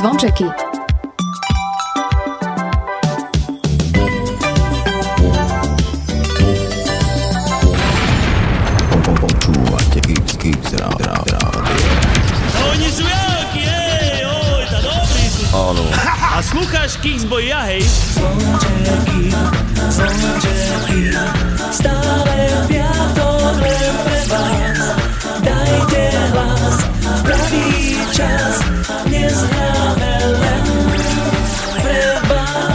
zvončeky. Počúvate Kix rádio. Oni sú veľkí, oj, tá dobrý sú. Áno. A slúcháš Kix boj ja, hej? Zvončeky, stále piatok len pre vás. Dajte hlas v pravý čas, dnes hráme len pre vás.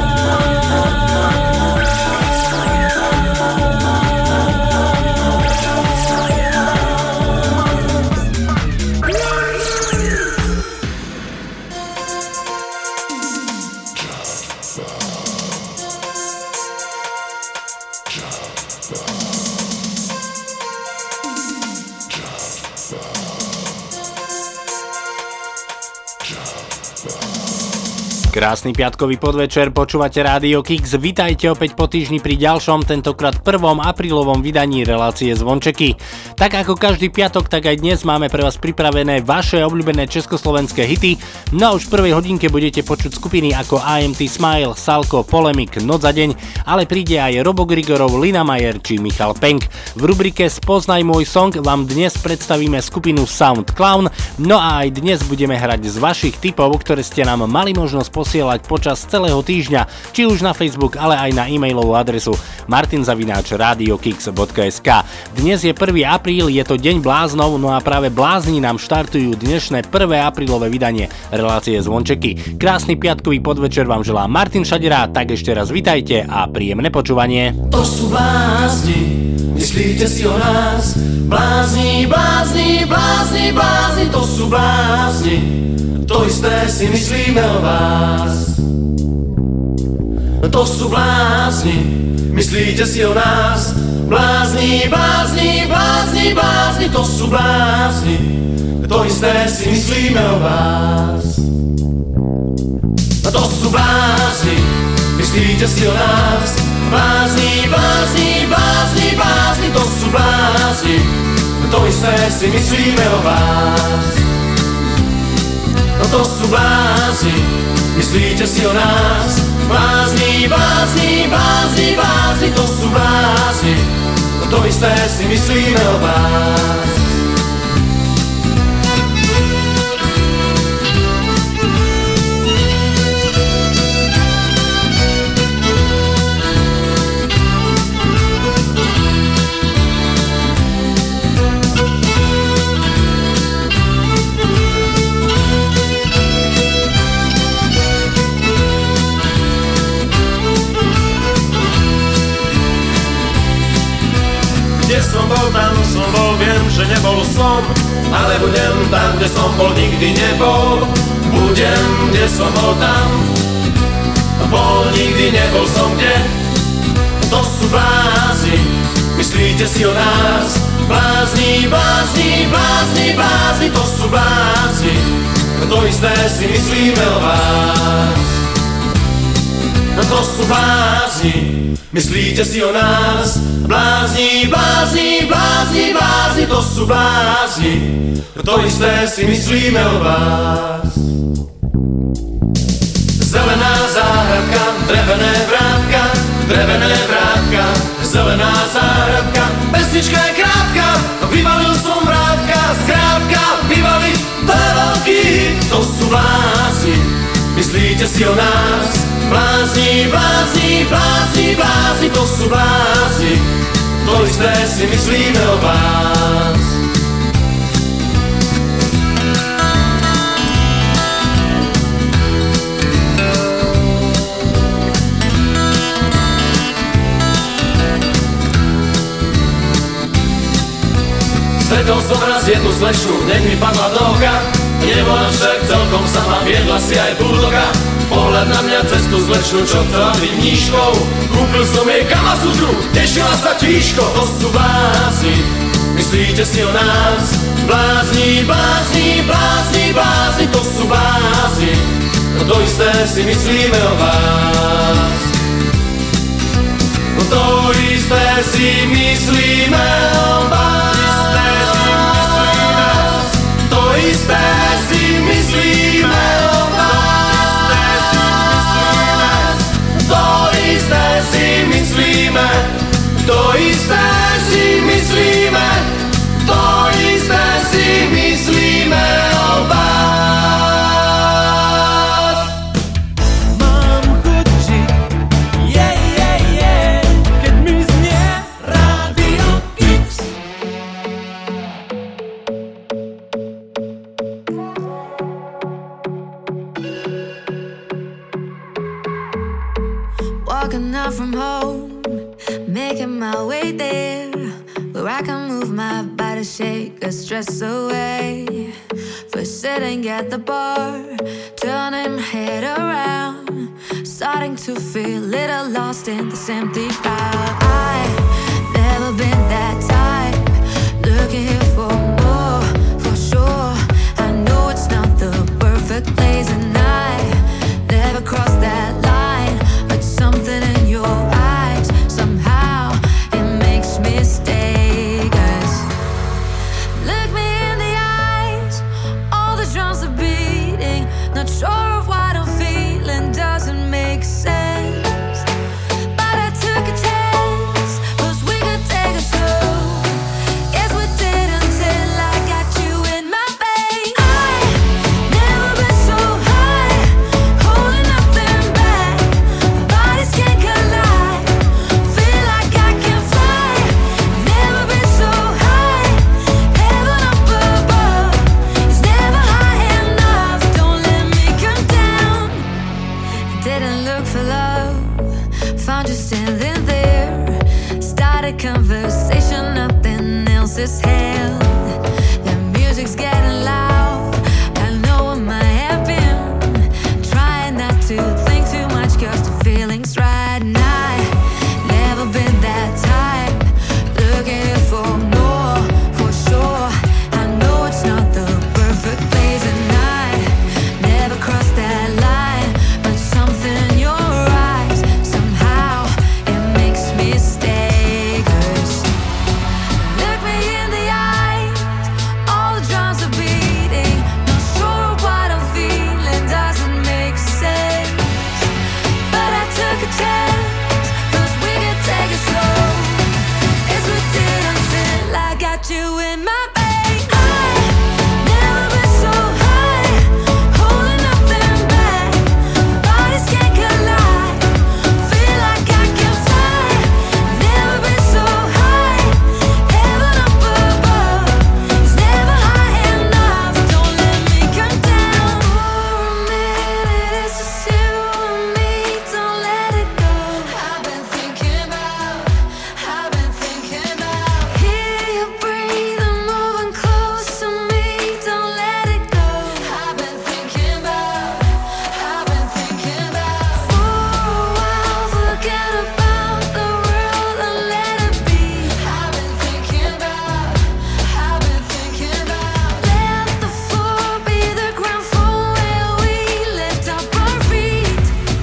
Krásny piatkový podvečer, počúvate Rádio Kix. Vitajte opäť po týždni pri ďalšom, tentokrát 1. aprílovom vydaní relácie Zvončeky. Tak ako každý piatok, tak aj dnes máme pre vás pripravené vaše obľúbené československé hity. No a už v prvej hodinke budete počuť skupiny ako AMT Smile, Salko, Polemik, Noc za deň, ale príde aj Robo Grigorov, Lina Majer či Michal Penk. V rubrike Spoznaj môj song vám dnes predstavíme skupinu Sound Clown, no a aj dnes budeme hrať z vašich tipov, ktoré ste nám mali možnosť posielať počas celého týždňa, či už na Facebook, ale aj na e-mailovú adresu martin@radiokix.sk. Dnes je 1. apríl, je to deň bláznov, no a práve blázni nám štartujú dnešné 1. aprílové vydanie relácie Zvončeky. Krásny piatkový podvečer vám želá Martin Šadera, tak ešte raz vitajte a príjemné počúvanie. To sú blázni, myslíte si o nás? Blázni, blázni, blázni, blázni, to sú blázni. To isté si myslíme o vás. To sú blázni, myslíte si o nás? Blázni, blázni, blázni, blázni, to sú blázni. To isté si myslíme o vás. To sú blázni, myslíte si o nás? Blázni, blázni, blázni, blázni, to sú blázni. To isté si myslíme o vás. To sú blázni, myslíte si o nás? Blázni, blázni, blázni, blázni, to sú blázni. To isté si myslíme o vás. Tam som bol, viem, že nebol som, ale budem tam, kde som bol, nikdy nebol. Budem, kde som bol, tam bol, nikdy nebol som, kde. To sú blázni, myslíte si o nás? Blázni, blázni, blázni, blázni, to sú blázni. To isté si myslíme o vás. To sú blázni, myslíte si o nás? Blázni, blázni, blázni, blázni, to sú blázni. To isté si myslíme o vás. Zelená záhradka, drevené vrátka, zelená záhradka, pesnička je krátka, vyvalil som vrátka, skrátka, vyvaliť, to je veľký hit. To sú blázni, myslíte si o nás? Blázni, blázni, blázni, blázni, to sú blázni. To isté si myslíme o vás. Stretol som raz jednu slečnu, hneď mi padla do oka. Nebola však celkom sama, viedla si aj bulldoga. Pohľad na mňa cestu zlečnú, čo chcela byť mníškou. Kúpil som jej Kamasutru, tešila sa tíško. To sú blázni, myslíte si o nás? Blázni, blázni, blázni, blázni, to sú blázni. To isté si myslíme o vás. To isté si myslíme o vás. To isté si myslíme o vás. from home, making my way there, where I can move my body, shake the stress away. First sitting at the bar, turning my head around, starting to feel a little lost in this empty crowd. I've never been that type, looking here for more, for sure. I know it's not the perfect place, and I never crossed that line, but something in your eyes, somehow it makes me stay. 'Cause look me in the eyes, all the drums are beating, not sure of what I'm feeling, doesn't make sense, but I took a chance, 'cause we could take it slow. Guess we did until I got you in my veins. I've never been so high, holding nothing back, bodies can't collide, feel like I can fly. Never been so high, heaven up above, it's never high enough, don't let me come down. Didn't look for love, found you standing there, started conversation, nothing else is held. The music's getting loud, I know what might have been, trying not to think too much 'cause the feeling's right. And I've never been that type, looking for more, for sure. I know it's not the perfect place, and I never crossed that line, but something in your eyes, somehow it makes me stay. 'Cause look me in the eyes, all the drums are beating, not sure what I'm feeling, doesn't make sense, but I took a chance, 'cause we could take it slow. Yes, we did until I got you in my veins. I've never been so high, holding nothing back, bodies can't collide, feel like I can fly. Never been so high, heaven up above, it's never high enough, don't let me come down. For a minute, it's just you and me, don't let it go. I've been thinking about, hear you breathing, moving close to me, don't let it go. I've been thinking about, for a while, forget about the world and let it be. I've been thinking about, let the floor be the ground for where we lift up our feet.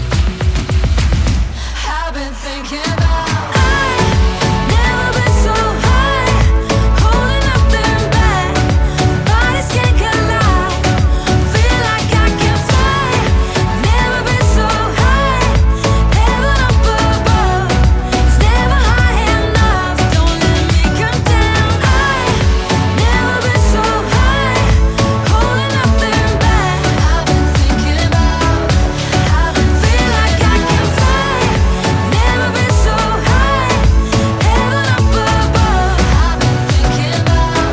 I've been thinking about, I've never been so high, holding nothing back, bodies can't collide, feel like I can fly. Never been so high, heaven up above, it's never high enough, don't let me come down. I've never been so high, holding nothing back. I've been thinking about, feel like I can fly. Never been so high, heaven up above. I've been thinking about,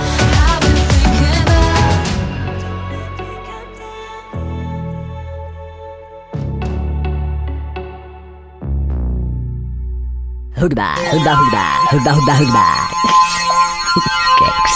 Hudba. Keks.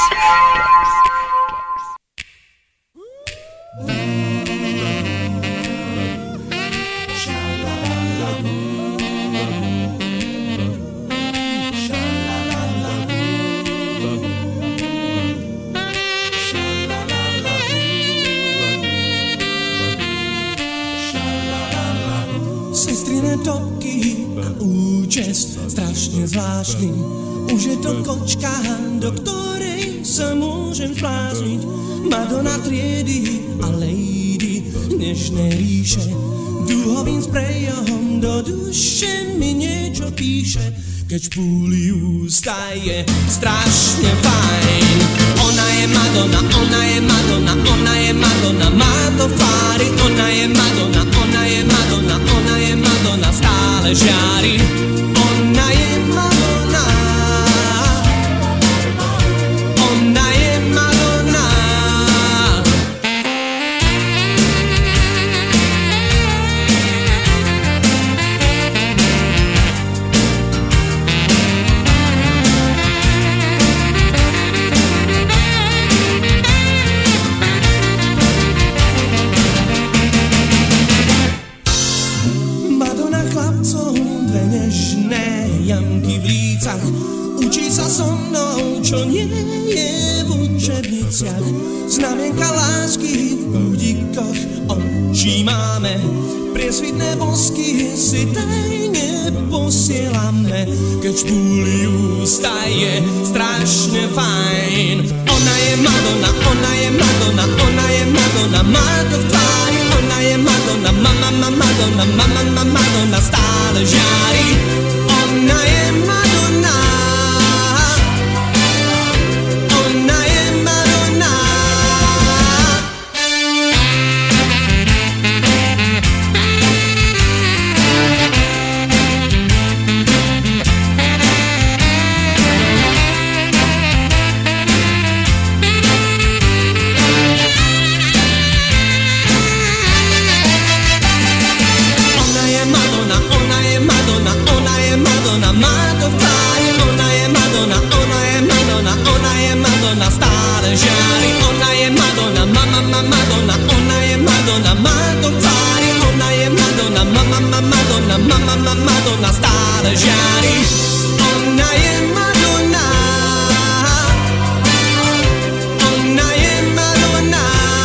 Sestrine toky a účes strašne zvláštny. Už je to kočka, do ktorej sa môžem zblázniť. Madonna triedy a lady dnešnej ríše, dúhovým sprejom do duše mi niečo píše. Keď špúli ústa je strašne fajn. Ona je Madonna, ona je Madonna, ona je Madonna, má to fáry. Ona je Madonna, ona je Madonna, ona je Madonna, stále žiari. Ona je Madonna, ona je Madonna. očí máme, priesvitné bosky si tajne posielame, keď špúli ústa je strašne fajn. Ona je Madonna, ona je Madonna, ona je Madonna, má to v tvári. Ona je Madonna, Madonna, Madonna, stále žiari. Ona je Madonna, ona je Madonna. Madonna stále žiari. Ona je Madonna, ona je Madonna.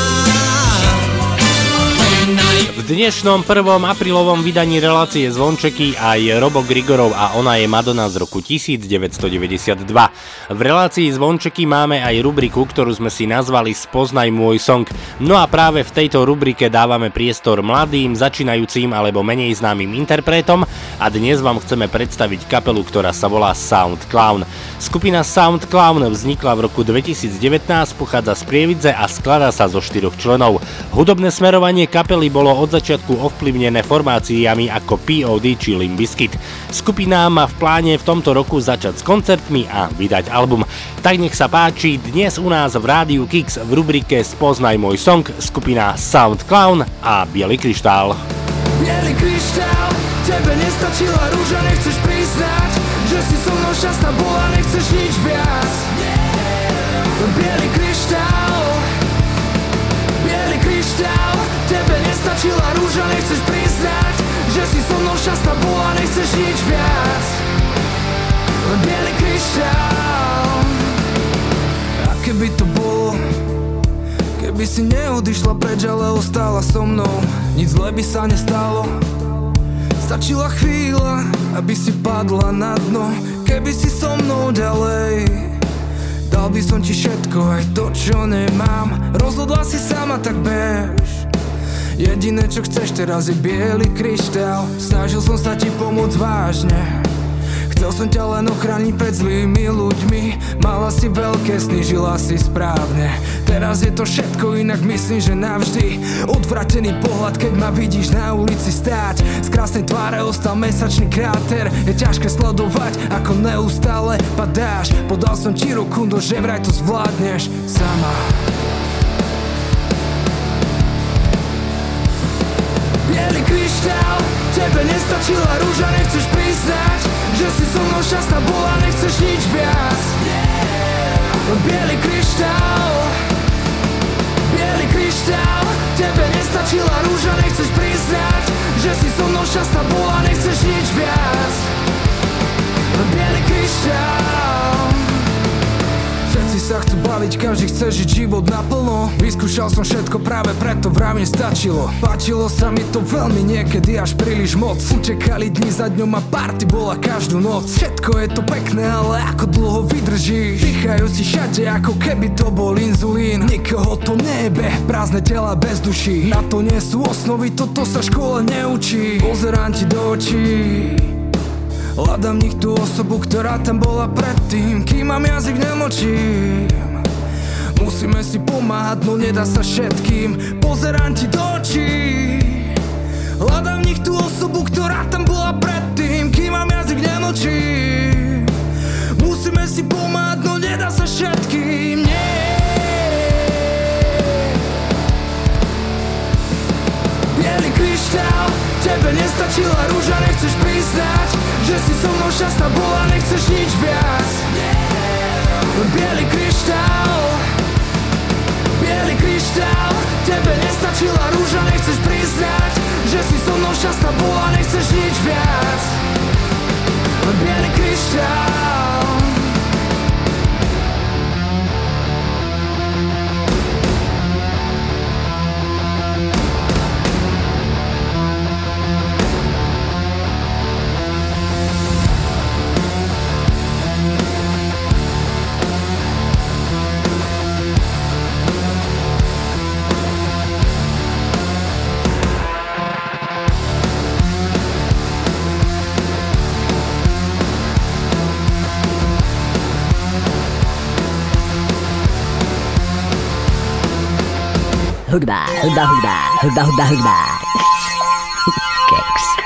V dnešnom 1. aprílovom vydaní relácie Zvončeky aj Robo Grigorov a Ona je Madonna z roku 1992. V relácii Zvončeky máme aj rubriku, ktorú sme si nazvali Spoznaj môj song. No a práve v tejto rubrike dávame priestor mladým, začínajúcim alebo menej známym interpretom a dnes vám chceme predstaviť kapelu, ktorá sa volá Sound Clown. Skupina Sound Clown vznikla v roku 2019, pochádza z Prievidze a skladá sa zo 4 členov. Hudobné smerovanie kapely bolo od začiatku ovplyvnené formáciami ako POD či Limp Bizkit. Skupina má v pláne v tomto roku začať s koncertmi a vydať album. Tak nech sa páči, dnes u nás v Rádiu Kix v rubrike Spoznaj môj song skupina Sound Clown a Bielý kryštál. Bielý kryštál, tebe nestačila rúža, nechceš priznať, že si so mnou šťastná bola, nechceš nič viac. Bielý kryštál, bielý kryštál, tebe nestačila rúža, nechceš priznať, že si so mnou šťastná bola, nechceš nič viac. Bielý kryštál. A keby to bolo, keby si neodišla preč, ale ostala so mnou, nič zle by sa nestalo. Stačila chvíľa, aby si padla na dno. Keby si so mnou ďalej, dal by som ti všetko, aj to, čo nemám. Rozhodla si sama, tak bež. Jediné, čo chceš teraz je biely kryštál. Snažil som sa ti pomôcť vážne, chcel som ťa len ochrániť pred zlými ľuďmi. Mala si veľké sny, žila si správne. Teraz je to všetko inak, myslím, že navždy. Odvratený pohľad, keď ma vidíš na ulici stáť. Z krásnej tváre ostal mesačný kráter. Je ťažké sledovať, ako neustále padáš. Podal som ti ruku, no že vraj to zvládneš sama. Bielý kryštál, tebe nestačila rúža, nechceš priznať, že si so mnou šťastná bola, nechceš nič viac. Bielý kryštál, bielý kryštál, tebe nestačila rúža, nechceš priznať, že si so mnou šťastná bola, nechceš nič viac. Bielý kryštál. Všetci sa chcú baviť, každý chce žiť život naplno. Vyskúšal som všetko, práve preto vravím stačilo. Páčilo sa mi to veľmi, niekedy až príliš moc. Utekali dni za dňom a party bola každú noc. Všetko je to pekné, ale ako dlho vydržíš? Dýchajú si všade, ako keby to bol inzulín. Nikoho to nejebe, prázdne tela bez duší. Na to nie sú osnovy, toto sa škola neučí. Pozerám ti do očí, hľadám nich tú osobu, ktorá tam bola predtým. Kým mám jazyk, nemočím. Musíme si pomáhať, no nedá sa všetkým. Pozerám ti do očí, hľadám nich tú osobu, ktorá tam bola predtým. Kým mám jazyk, nemočím. Musíme si pomáhať, no nedá sa všetkým. Nie. Bielý kryštál, tebe nestačila rúža, nechceš priznať, že si so mnou šťastná bola, nechceš nič viac. Bielý kryštál, bielý kryštál, tebe nestačila rúža, nechceš priznať, že si so mnou šťastná bola, nechceš nič viac. Bielý kryštál. hudba. Keks.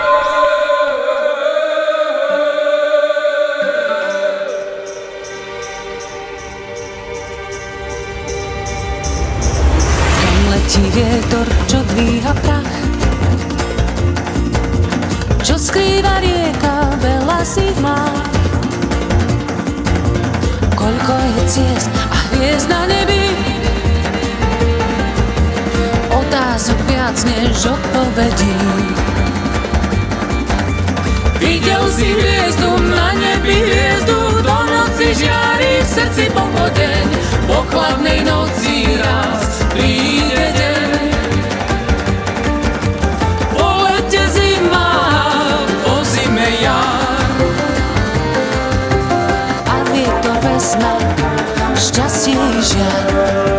Kam letí vietor, čo dvíha prach, čo skrýva rieka, veľa si má. Koľko je ciest a hviezd na nebi, otázok viac než odpovedí. Videl si hviezdu na nebi, hviezdu do noci žiari, v srdci pochodeň, po chladnej noci raz príde deň. Po lete zima, po zime jar, a vietor vezme šťastie i žiar.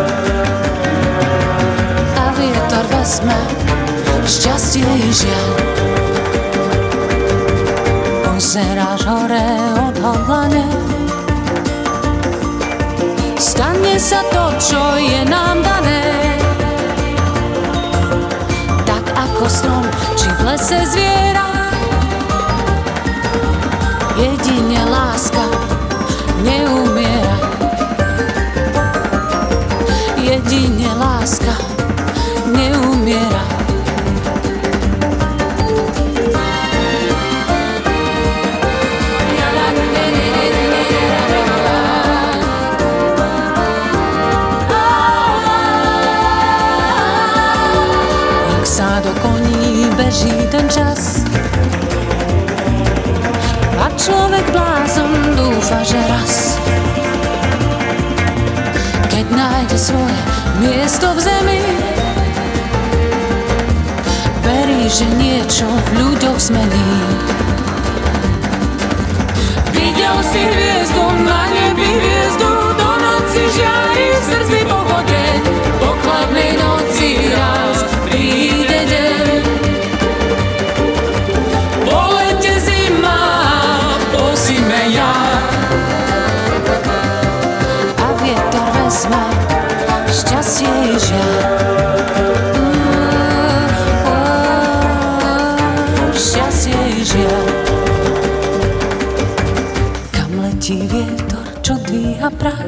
A vietor vezme šťastie i žiar. Pozeráš hore odhodlane, stane sa to, čo je nám dané. Tak ako strom, či v lese zviera, jedine láska neumiera. Jedine láska neumiera. Jak sa do koní beží ten čas, a človek blázon dúfa, že raz, keď nájde svoje miesto v zemi, verí, že niečo v ľuďoch zmení. Videl si hviezdu na nebi, hviezdu do noci žiari, v srdci pochodeň, po chladnej noci raz príde deň. Po lete zima, po zime jar, a vietor vezme šťastie i žiar. Šťastie i žiar. Kam letí vietor, čo dvíha prach,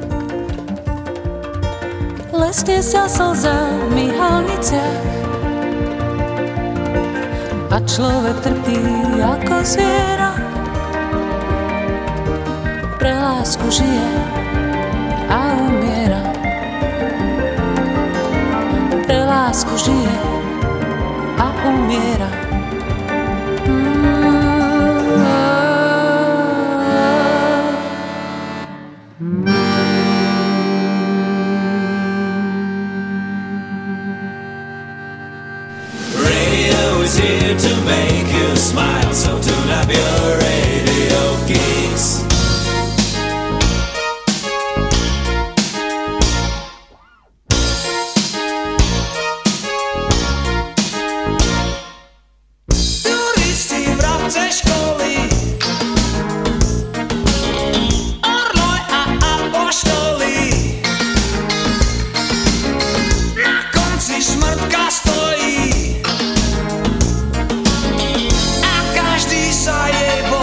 lesne sa slza v myhalniciach, a človek trpí ako zviera. Pre lásku žije a umiera. Pre lásku žije a umiera. Radio is here to make you smile, so tune up your radio geeks. Sa jej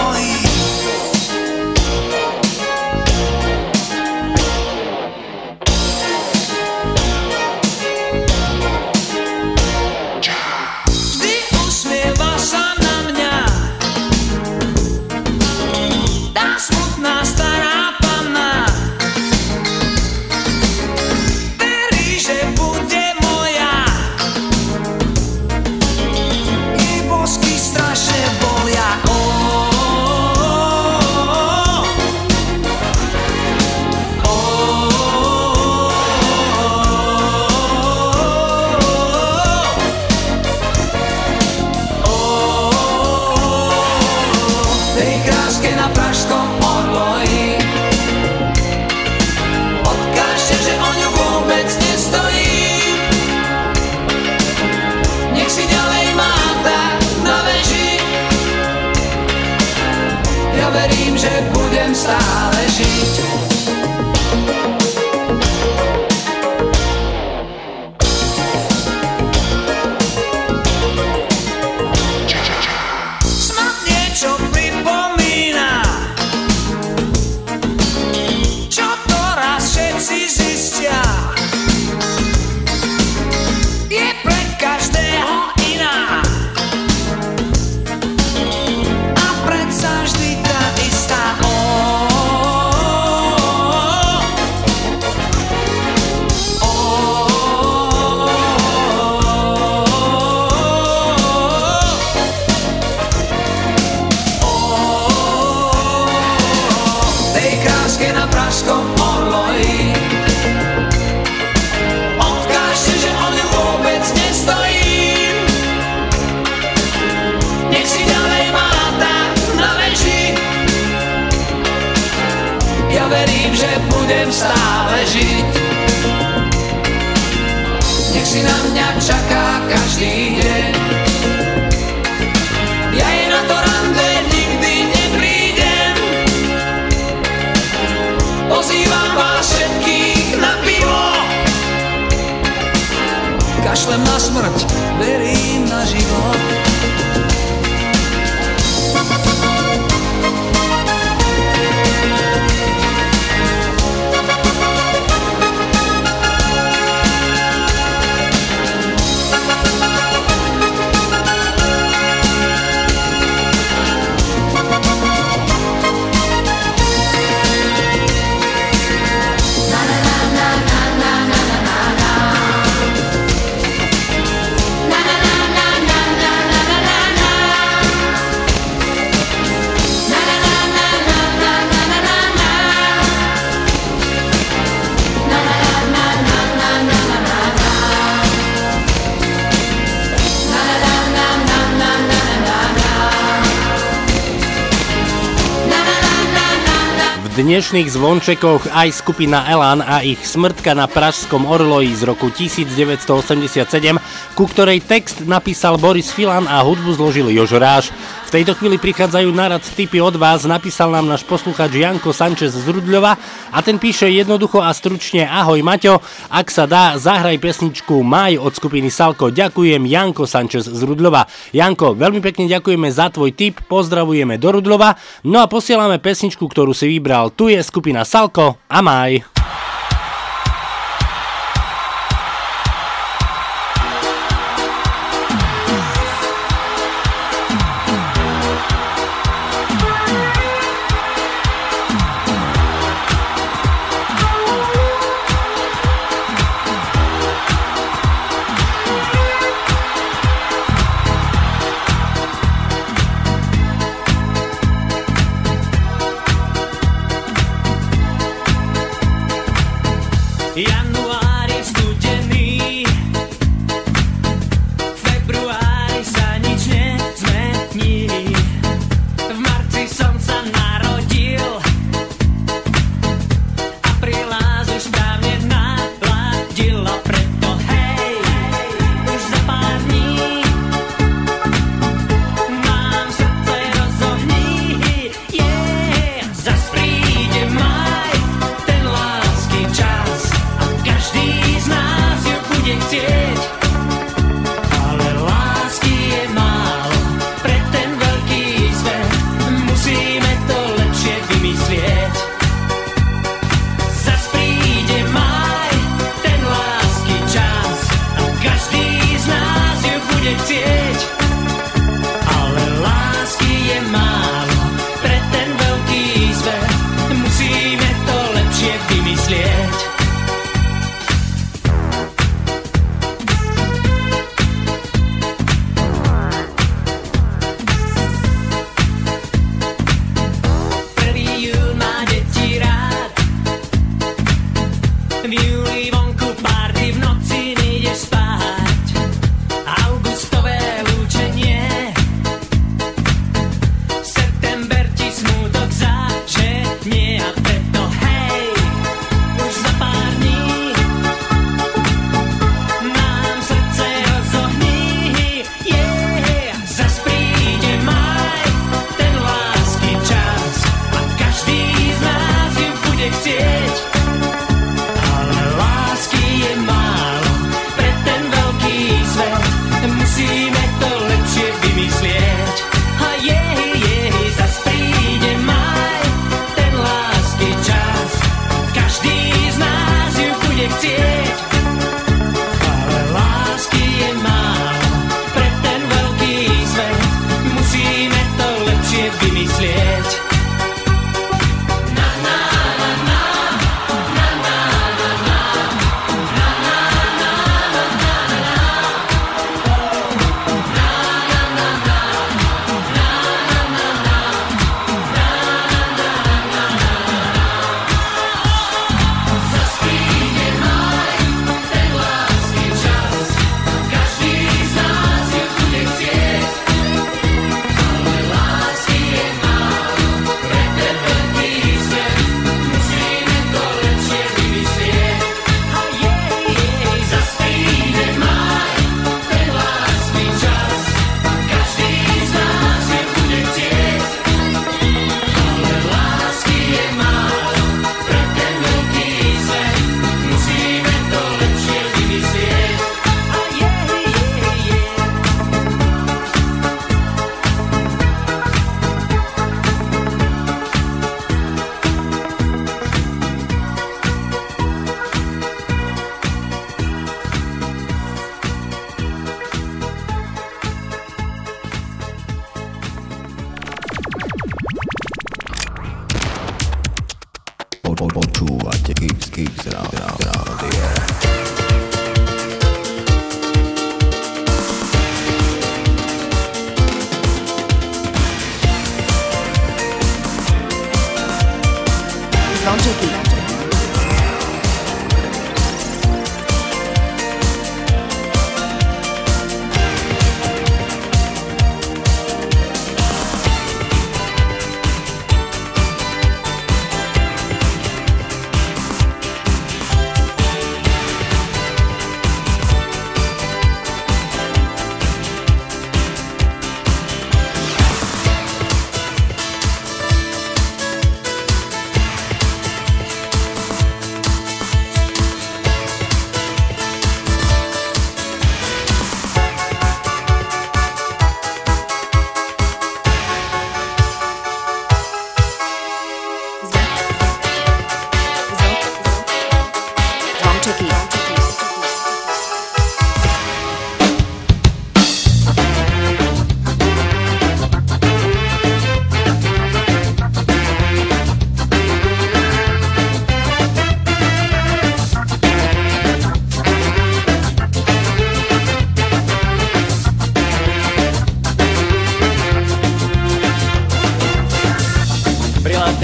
verím, že budem stále žiť. Nech si na mňa čaká každý deň. Ja jej na to rande nikdy neprídem. Pozývam vás všetkých na pivo. Kašlem na smrť, verím na život. V dnešných zvončekoch aj skupina Elan a ich Smrtka na Pražskom Orloji z roku 1987, ku ktorej text napísal Boris Filan a hudbu zložil Jožo Ráš. V tejto chvíli prichádzajú na rad tipy od vás, napísal nám náš poslucháč Janko Sanchez z Rudľova a ten píše jednoducho a stručne: ahoj Maťo, ak sa dá, zahraj pesničku Maj od skupiny Salko. Ďakujem, Janko Sanchez z Rudľova. Janko, veľmi pekne ďakujeme za tvoj tip, pozdravujeme do Rudľova, no a posielame pesničku, ktorú si vybral. Tu je skupina Salko a Maj.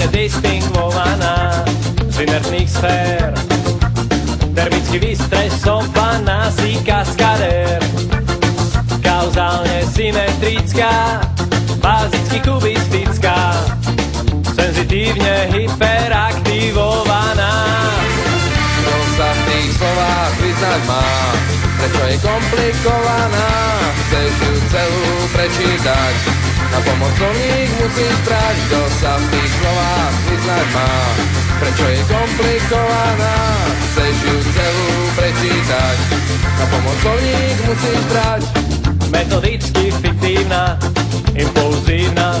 nedistingvovaná z inertných sfér. Termicky vystresovaná si kaskadér. Kauzálne symetrická, bazicky kubistická, senzitívne hyperaktivovaná. Kto sa v tých slovách vyznať má, prečo je komplikovaná, chceš ju celú prečítať, na pomoc slovník musíš brať. Kto sa v tých slovách vyznať má, prečo je komplikovaná, chceš ju celú prečítať, na pomoc slovník musíš brať. Metodicky fiktívna, impulzívna,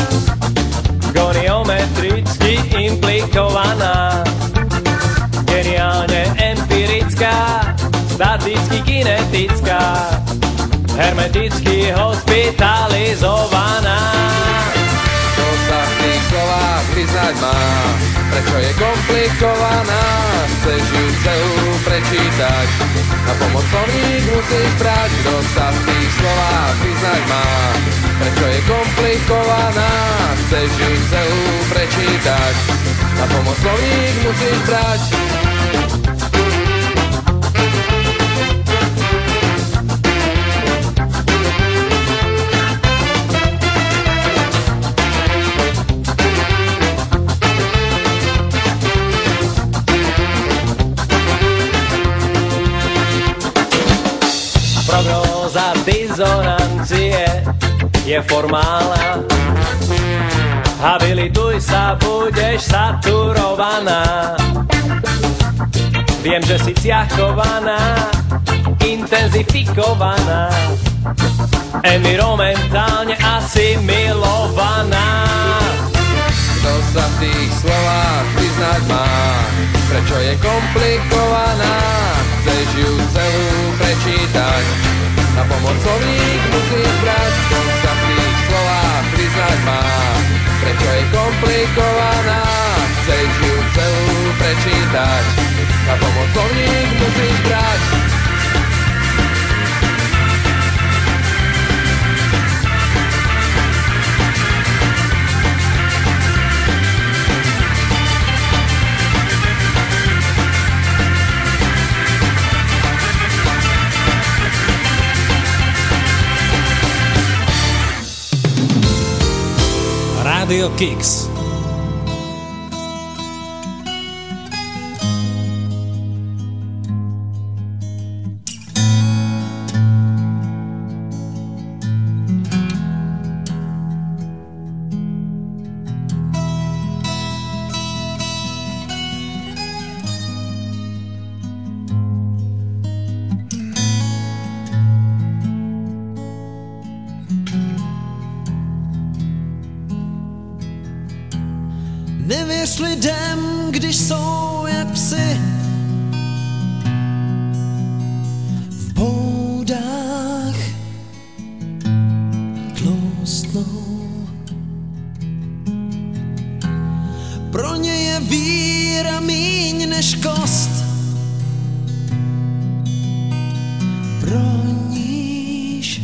goniometricky implikovaná, geniálne empirická, staticky kinetická, hermeticky hospitalizovaná. Kto sa v tých slovách vyznať má, prečo je komplikovaná, chceš ju celú prečítať, na pomoc slovník musíš brať. Kto sa v tých slovách vyznať má, prečo je komplikovaná, chceš ju celú prečítať, na pomoc slovník musíš brať. Prognóza dizonancie je formálna. Habilituj sa, budeš saturovaná. Viem, že si ciachovaná, intenzifikovaná, environmentálne asimilovaná. Kto sa v tých slovách vyznať má, prečo je komplikovaná, chceš ju celú prečítať, na pomoc slovník musíš brať. Kto sa v tých slovách vyznať má, prečo je komplikovaná, chceš ju celú prečítať, na pomoc slovník musíš brať. Radio Kicks. Nevěř lidem, když jsou jak psy v boudách tlustnou. Pro ně je víra míň než kost, pro níž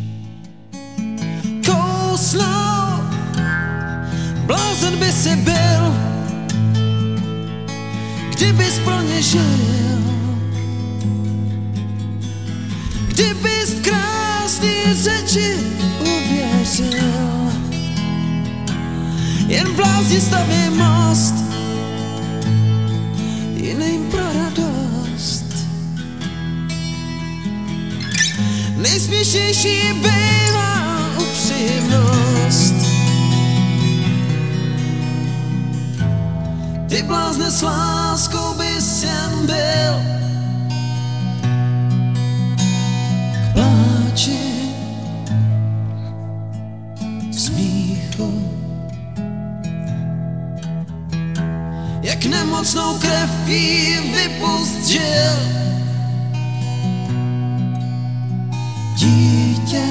kousnou. Blázen by si byl, kdybys pro ně žil, kdybys v krásný řeči uvěřil. Jen blázni staví most jiným pro radost. Nejsměšnější bývá upřímnost. Ty blázne s láskou bys jen byl k pláči, k smíchu. Jak nemocnou krev jí vypustil dítě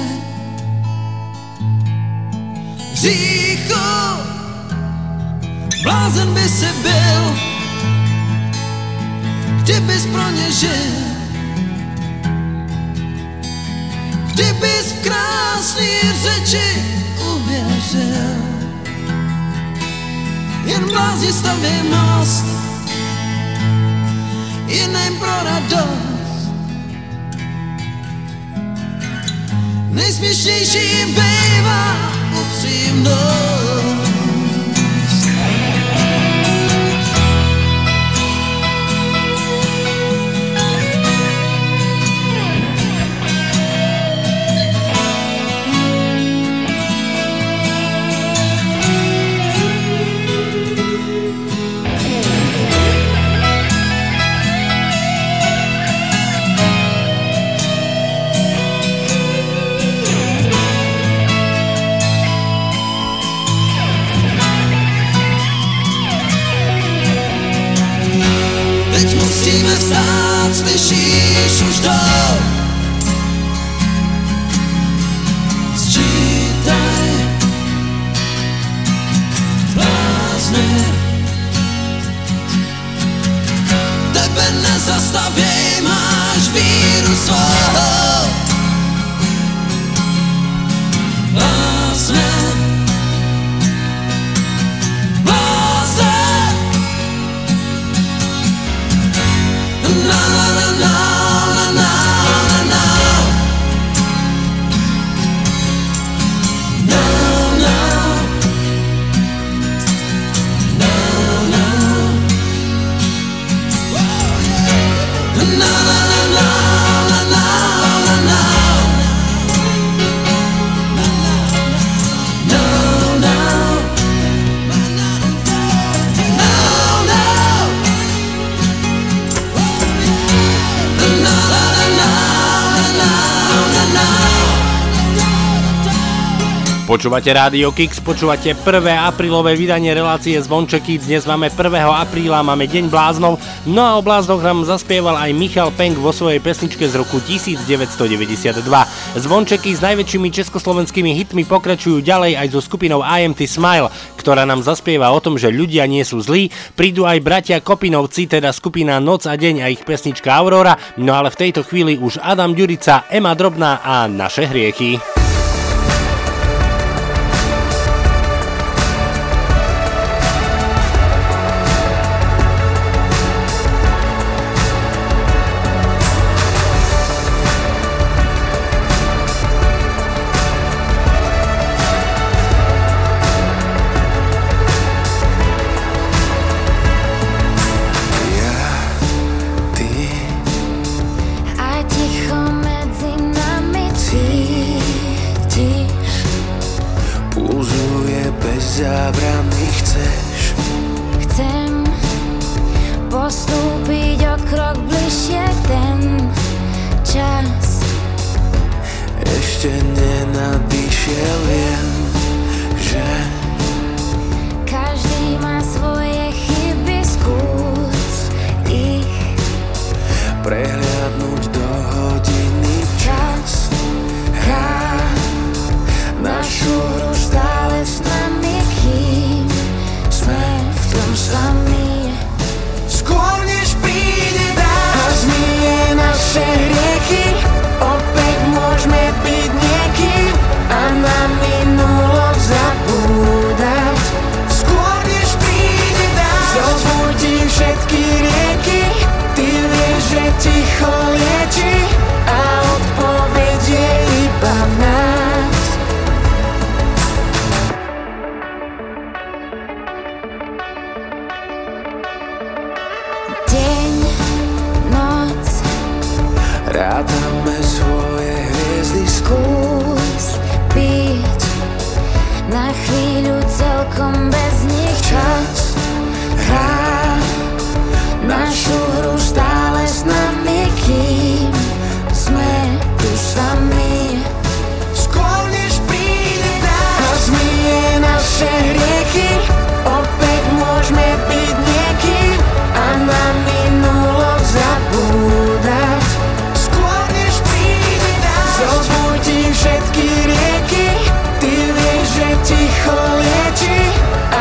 hříchu. Blázen by si byl, kdybys pro ně žil, kdybys v krásný řeči uvěřil. jen blázni stavě most, jiným pro radost. Nejsměšnější bývá upřímnost. Teď musíme vstát, slyšíš už to. Sčítaj blázny, tebe nezastaví, máš víru svou. Blázny, Počúvate Rádio Kix, počúvate 1. aprílové vydanie relácie Zvončeky. Dnes máme 1. apríla, máme Deň bláznov. No a o bláznoch nám zaspieval aj Michal Penk vo svojej pesničke z roku 1992. Zvončeky s najväčšími československými hitmi pokračujú ďalej aj so skupinou IMT Smile, ktorá nám zaspieva o tom, že ľudia nie sú zlí. Prídu aj bratia Kopinovci, teda skupina Noc a deň a ich pesnička Aurora. No ale v tejto chvíli už Adam Ďurica, Ema Drobná a Naše hriechy. Všetky rieky, ty vieš, že ticho lieči a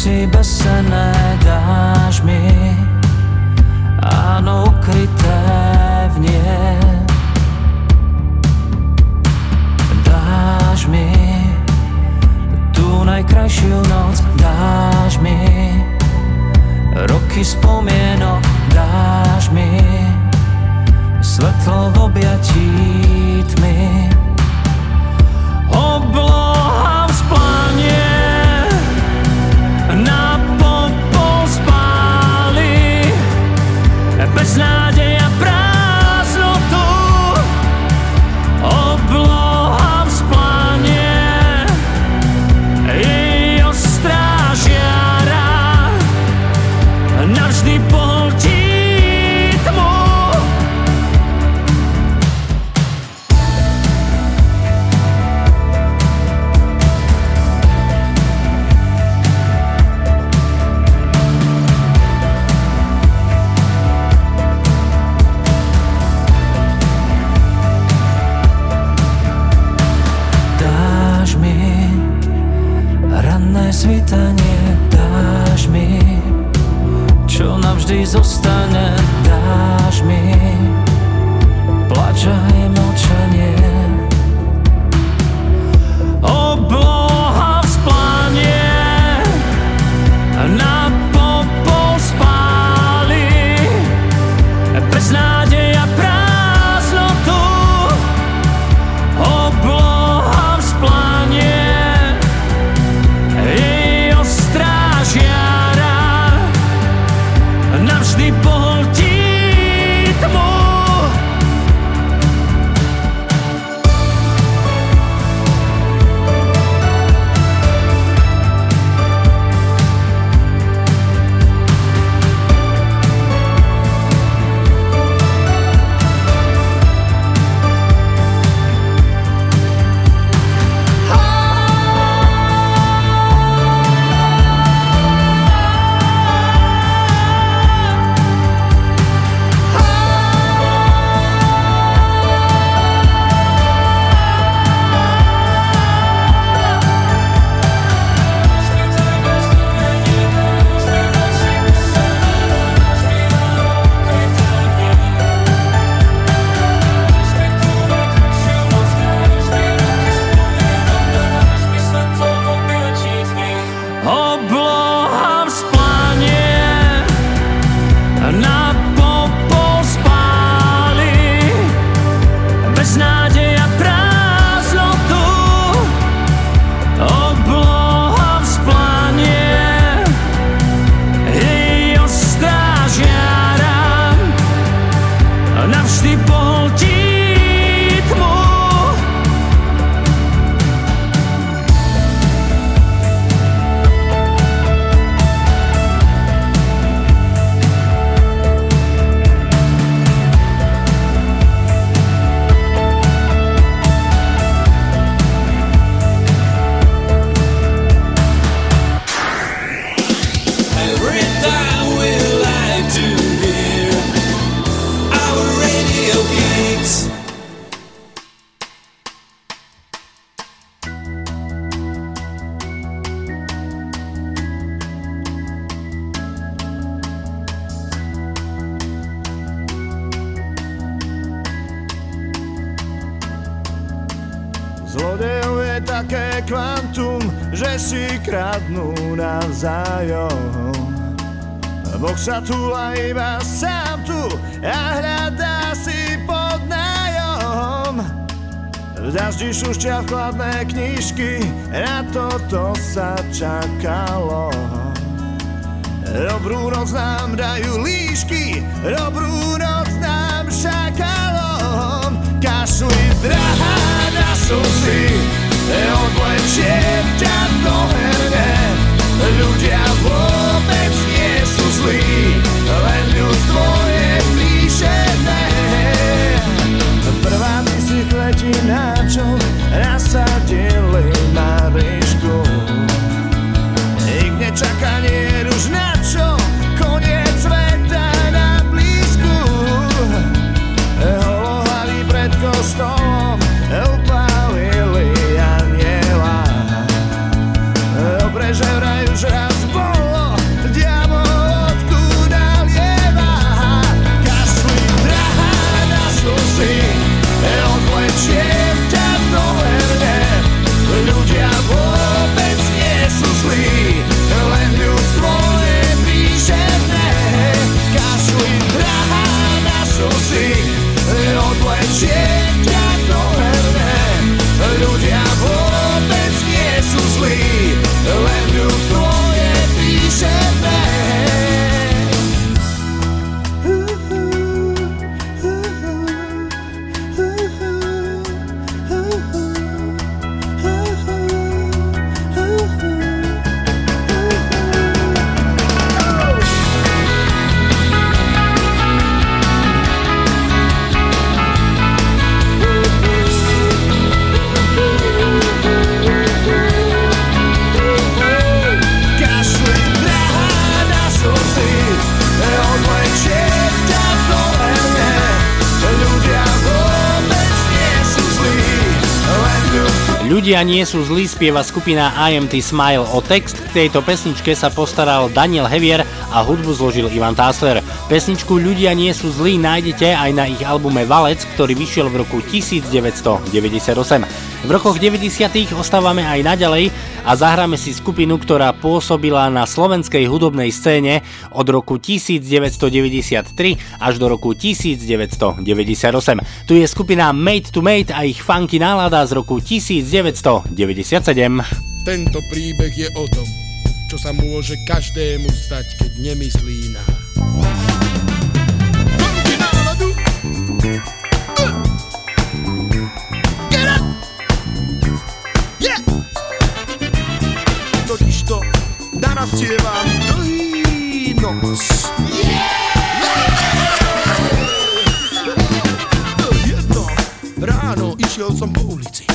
Noci besené dáš mi, áno, ukryté v nie. Dáš mi tú najkrajšiu noc, dáš mi roky spomienok, dáš mi svetlo v objatí tmy. Obloha vzplanie, na popol spáli, bez nádeja prázdnotu. Obloha vzplanie, jej ostrá žiara navždy pohltí tmu. Svitanie dáš mi, čo navždy zostane, dáš mi plač aj mlčanie. Obloha vzplanie, na popol spáli, bez nádeja prázdnotu. Obloha vzplanie, navždy pohltí tmu. Zlodejov je také kvantum, že si kradnú navzájom. Boh sa túla iba sám tu a hľadá si pod nájom. V daždi šušťa chladné knižky, na toto sa čakalo. Dobrú noc nám dajú líšky, dobrú noc nám šakalom. Kašli drahá na slzy, odlečie ťa do herne. Ľudia vôbec nie sú zlí, len ľudstvo je píšené. Prváci si chletí na čo nasadili Marišku. Nik nečaká, nie už na čo, koniec sveta na blízku. Holohlaví pred kostolom upálili Ľudia nie sú zlí, spieva skupina IMT Smile. O text k tejto pesničke sa postaral Daniel Hevier a hudbu zložil Ivan Tásler. Pesničku Ľudia nie sú zlí nájdete aj na ich albume Valec, ktorý vyšiel v roku 1998. V rokoch 90. ostávame aj naďalej a zahráme si skupinu, ktorá pôsobila na slovenskej hudobnej scéne od roku 1993 až do roku 1998. Tu je skupina Made to Mate a ich funky nálada z roku 1997. Tento príbeh je o tom, čo sa môže každému stať, keď nemyslí na funky náladu. Get up! Yeah! Totižto narastievam dlhý nos. Jedno ráno išiel som po ulici.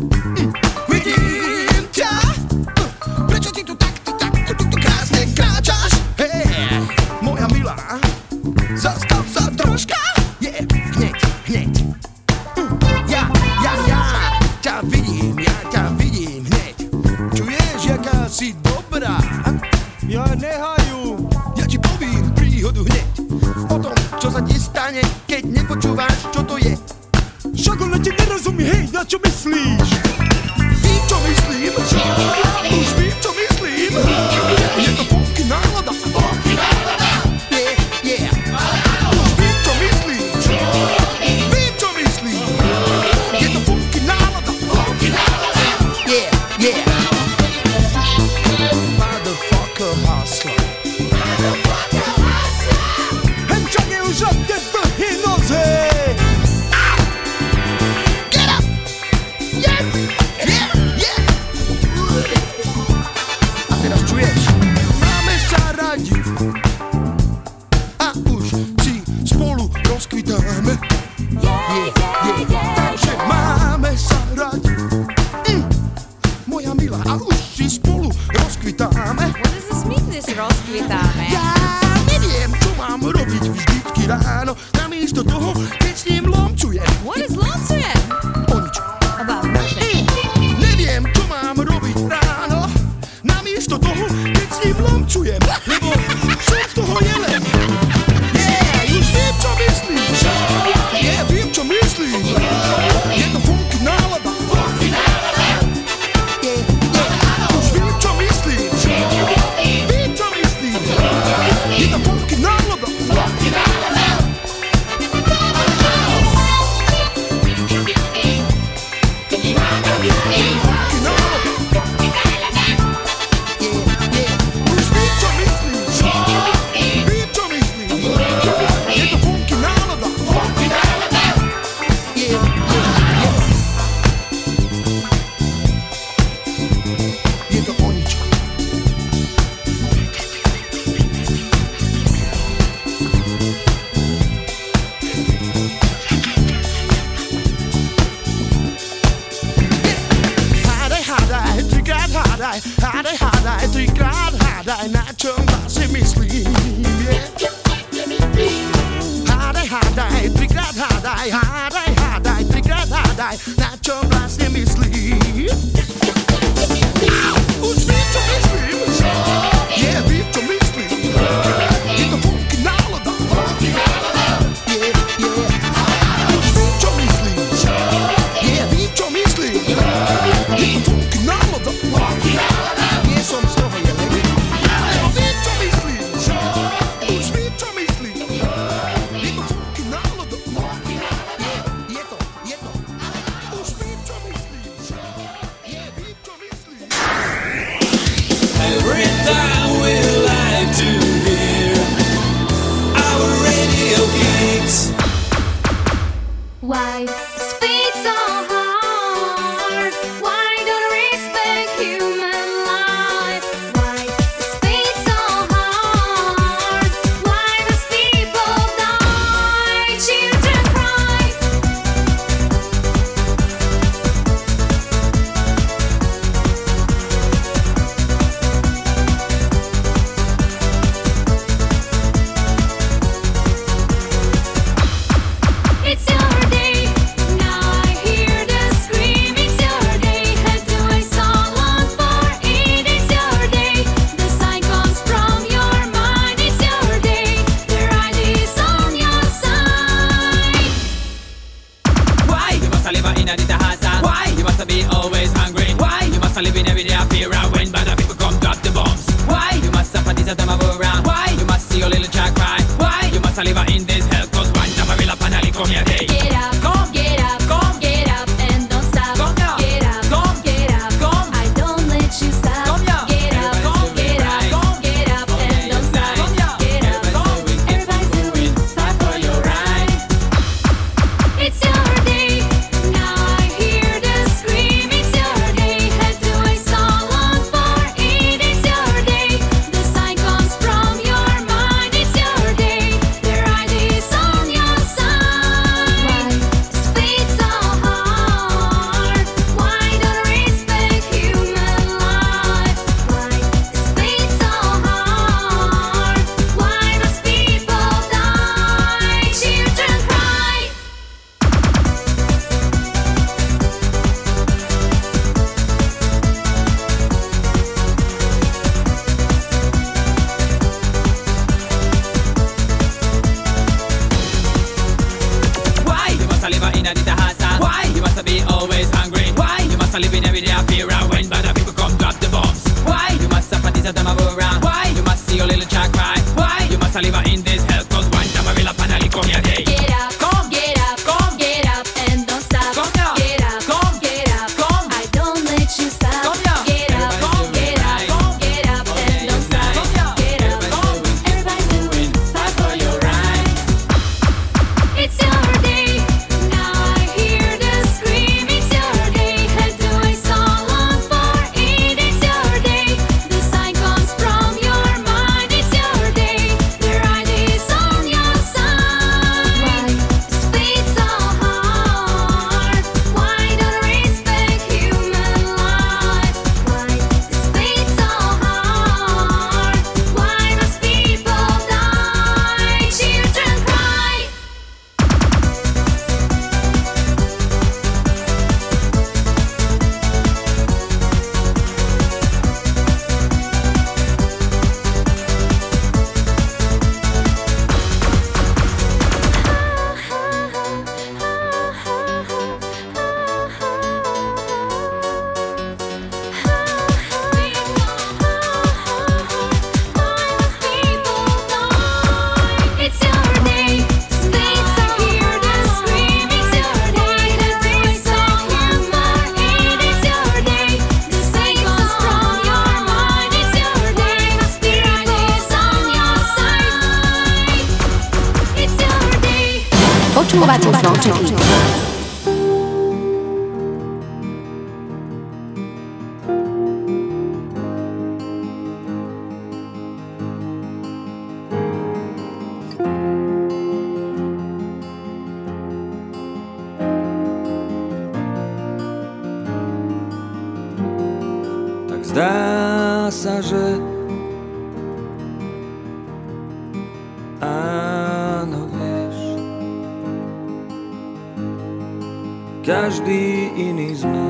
Vidím ťa, prečo ty tu krásne kráčaš? Hej, moja milá, zastav sa troška. Hneď. Ja ťa vidím hneď. Čuješ, jaká si dobrá? Ja nehajú. Ja ti povím príhodu hneď. O tom, čo sa ti stane, keď nepočúvaš, čo to je. Však ale ti nerozumí, hej, na čo myslíš? Vím, čo myslím. Už vím, čo myslím. Je to funky nálada. Yeah. Už vím, čo myslím. Vím, čo myslím. Je to funky nálada. Yeah. Motherfucker hustler. Henčak je už od teď dlhý noze. Rozkvitáme. Takže máme sa radi. Moja milá, a už si spolu rozkvitáme. What does this mean, this rozkvitáme? Ja neviem, čo mám robiť vždycky ráno. Namiesto toho, keď s ním lomčujem. What is lomčujem? O ničom. About nothing. Neviem, čo mám robiť ráno. Namiesto toho, keď s ním lomčujem. Lebo som z toho jelen. Viem, čo myslím. Je to funky nálada. Už viem, čo myslím. Viem, čo myslím. Je to funky nálada. Hádaj, trikrát hádaj, na čom vlastne myslím, Hádaj, trikrát hádaj, trikrát hádaj, na čom vlastne myslím. Už viem, čo myslím. Viem, čo myslím. Je to funky nálada. Už viem, čo myslím. Viem, čo myslím. Je to funky nálada. Nie som z toho jelen. Viem, čo myslím. Už viem, čo myslím. Je to funky nálada. Je to. Už viem, čo myslím. Viem, čo myslím. Every time we like to hear our radio gigs. Why speak so hard? Why don't respect human life? Why speak so hard? Why must people die? Children cry. Počúvate Zvončeky. Tak zdá sa, že áno, vieš, každý iný sme,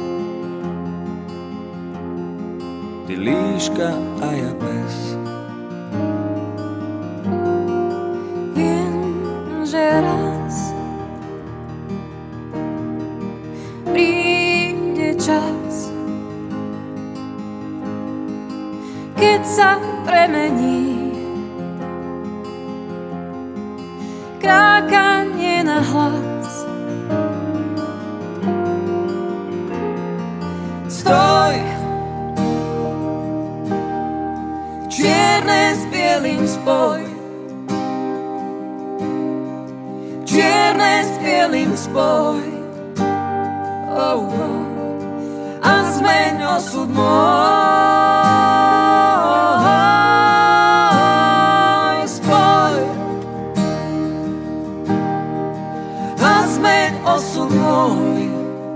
ty líška a ja bez. Viem, že raz príde čas, keď sa premení krákanie na hlas. Stoj, čierne s bielým spoj, čierne s bielým spoj, oh, oh. A zmeň osud môj, spoj, a zmeň osud môj,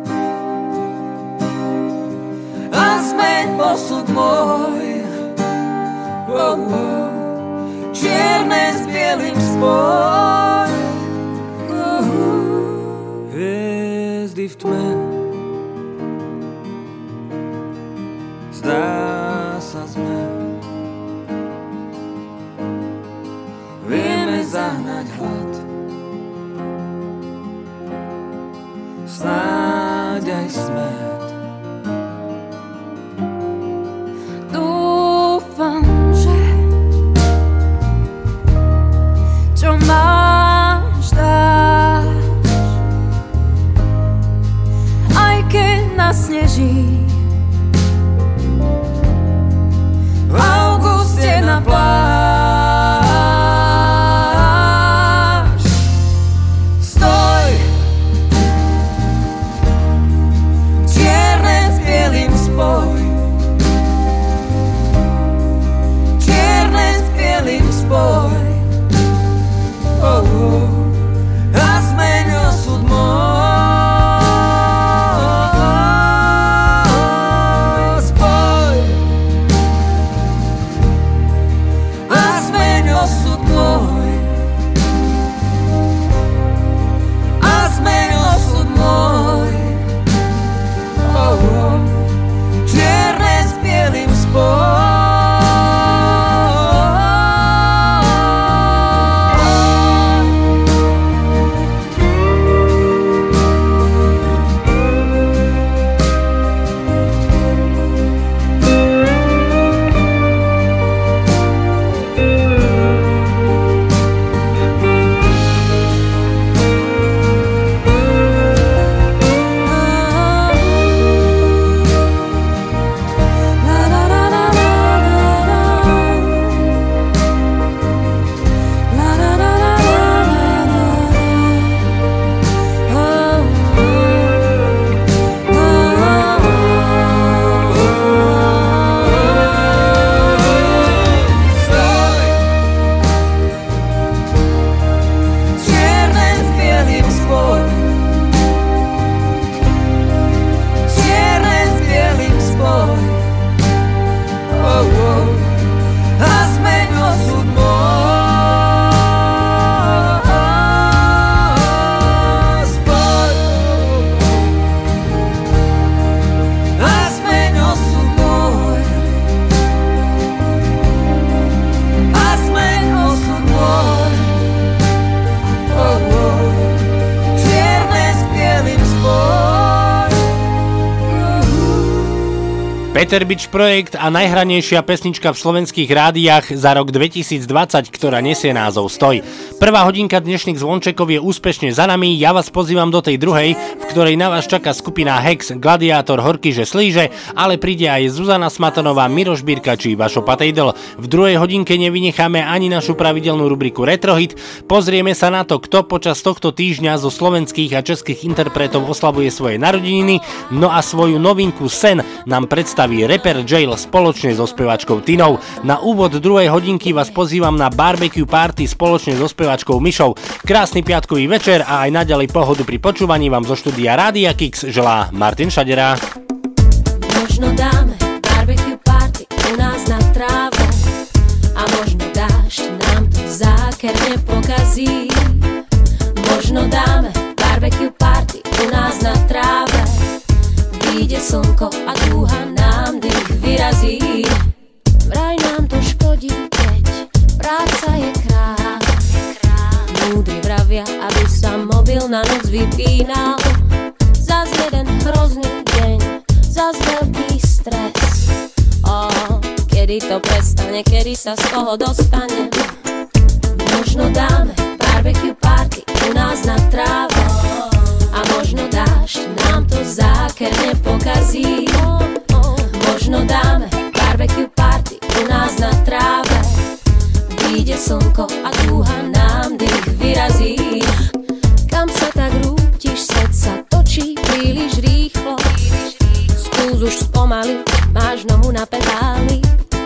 a zmeň osud môj, oh, oh. Čierne s bielým spoj, Hviezdy v tme, zdá sa sme, vieme zahnať hlad, snáď aj smet. dúfam, že čo máš dáš, aj keď nasneží v auguste na pláž. Peter Bič projekt a najhranejšia pesnička v slovenských rádiách za rok 2020, ktorá nesie názov Stoj. Prvá hodinka dnešných zvončekov je úspešne za nami, ja vás pozývam do tej druhej, v ktorej na vás čaká skupina Hex, Gladiátor, Horkyže, Slíže, ale príde aj Zuzana Smatanová, Miroš Birka či Vašo Patejdl. V druhej hodinke nevynecháme ani našu pravidelnú rubriku Retrohit, pozrieme sa na to, kto počas tohto týždňa zo slovenských a českých interpretov oslavuje svoje narodeniny, no a svoju novinku Sen nám predstaví rapper Jail spoločne so speváčkou Tinou. Na úvod druhej hodinky vás pozývam na barbecue party spoločne so speváčkou Myšou. Krásny piatkový večer a aj naďalej pohodu pri počúvaní vám zo štúdia Rádia Kix želá Martin Šadera. Možno dáme barbecue party u nás na tráve a možno dážď nám to zákerne pokazí. Možno dáme barbecue party u nás na tráve, vyjde slnko a dúha nám dých vyrazí. Vraj nám to škodí, keď práca je kráľ. Múdri vravia, aby sa mobil na noc vypínal. Zas jeden hrozný deň, zas veľký stres. Kedy to prestane, kedy sa z toho dostane? Možno dáme barbecue party u nás na tráve a možno dážď nám to zákerne pokazí. Možno dáme barbecue party u nás na tráve, vyjde slnko a dúha nám dých vyrazí. Kam sa tak rútiš, svet sa točí príliš rýchlo. Skús už spomaliť, máš nohu na pedáli.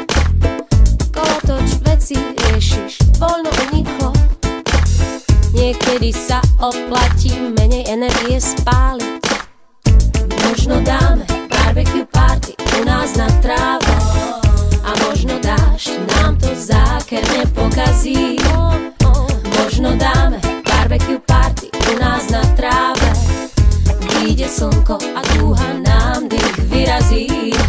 Kolotoč veci riešiš voľno uniklo. Niekedy sa oplatí menej energie spáliť. Možno dáme barbecue party u nás na tráve a možno dážď nám to zákerne pokazí. Možno dáme barbecue party u nás na tráve, vyjde slnko a dúha nám dých vyrazí.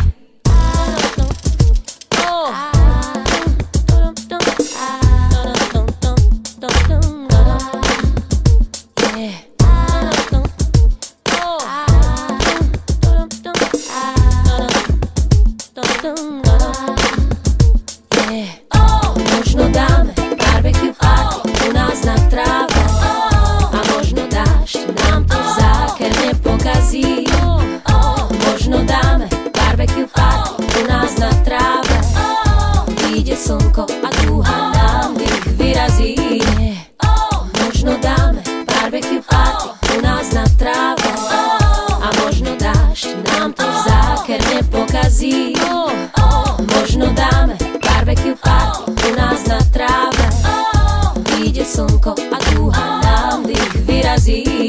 Možno dáme barbecue party u nás na tráve a možno dážď nám to zákerne pokazí. Možno dáme barbecue party u nás na tráve, vyjde slnko a dúha nám dých vyrazí. Možno dáme barbecue party u nás na tráve a možno dážď nám to zákerne pokazí. Možno dáme barbecue party u nás na tráve, vyjde slnko a dúha nám dých vyrazí.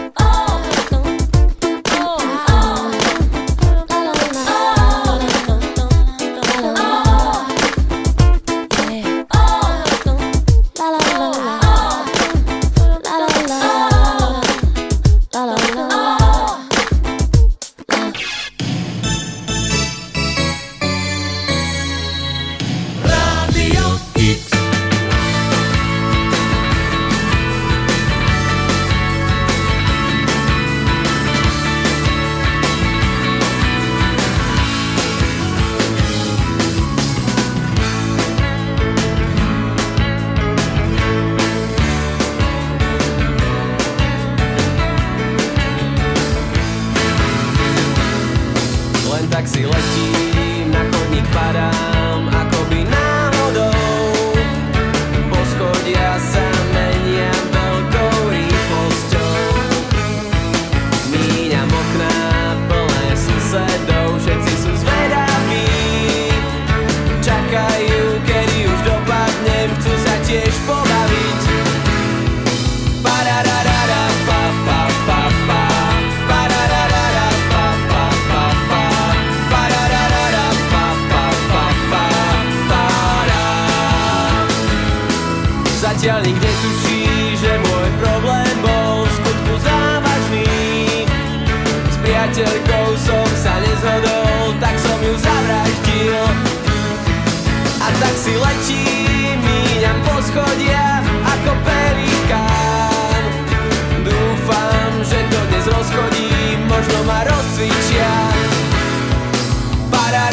Zatiaľ nikde tuší, že môj problém bol v skutku závažný. S priateľkou som sa nezhodol, tak som ju zavraždil. A tak si letím, míňam poschodia ako pelikán. Dúfam, že to dnes rozchodí, možno ma rozcvičia. Pará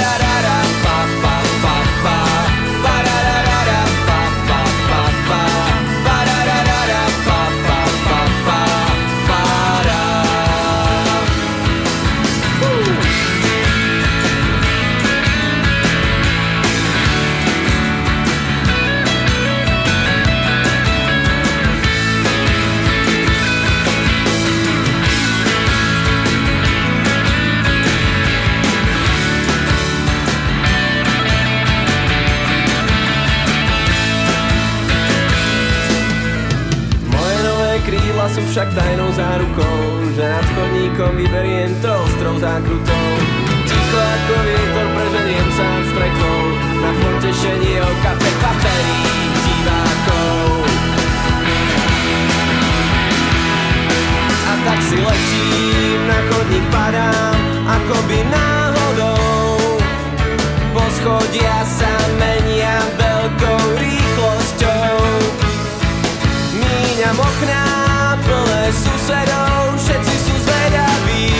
sú však tajnou zárukou, že nad chodníkom vyberiem to ostrou zákrutou. Ticho ako vietor preženiem sa nad strechou, na potešenie o kafe paperí divákov. A tak si letím, na chodník padám, akoby náhodou. Poschodia sa menia veľkou rýchlosťou. Míňam okná plné susedov, všetci sú zvedaví.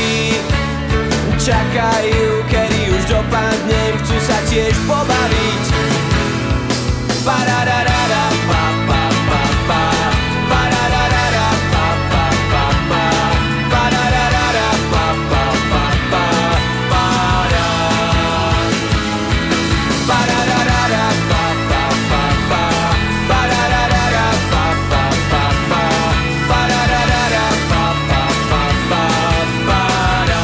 Čakajú, kedy už dopadnem, chcú sa tiež pobaviť. Parararara, pa, pa, pa, pa. Parararara, pa, pa, pa, pa. Parararara, pa, pa, pa, pa. Para. Parararara, pa, pa, pa, pa. Parararara, pa, pa, pa, pa. Parararara, pa, pa, pa, pa. Para.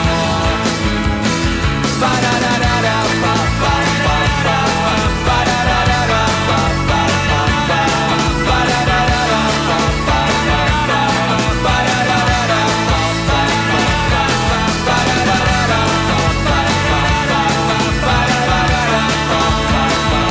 Parararara, pa, pa, pa, pa. Parararara, pa, pa, pa, pa. Parararara, pa, pa, pa, pa. Parararara, pa, pa, pa, pa. Parararara, pa, pa, pa, pa. Parararara, pa, pa, pa,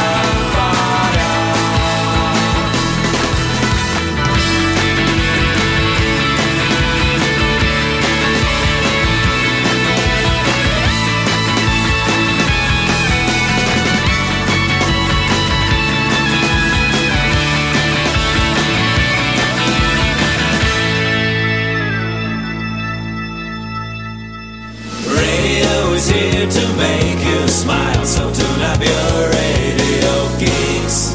Radio is here to make you smile, so tune up your radio geeks.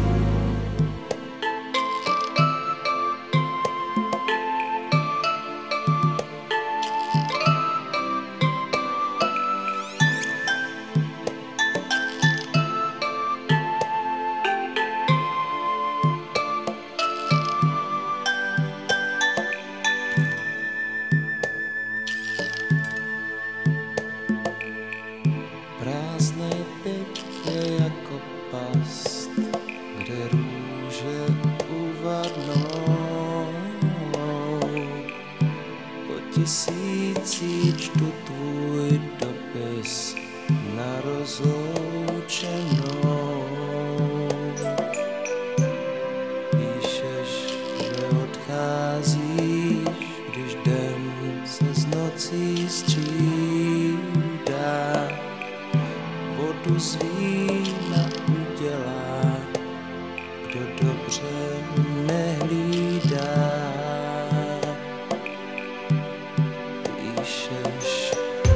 Prázdné pytle jako past, kde růže uvadnou. Po tisící čtu tvůj dopis na rozloučenou. Píšeš, že odcházíš, když den se z nocí střídá. Vodu z vína udělá, kdo dobře nehlídá. Píšeš,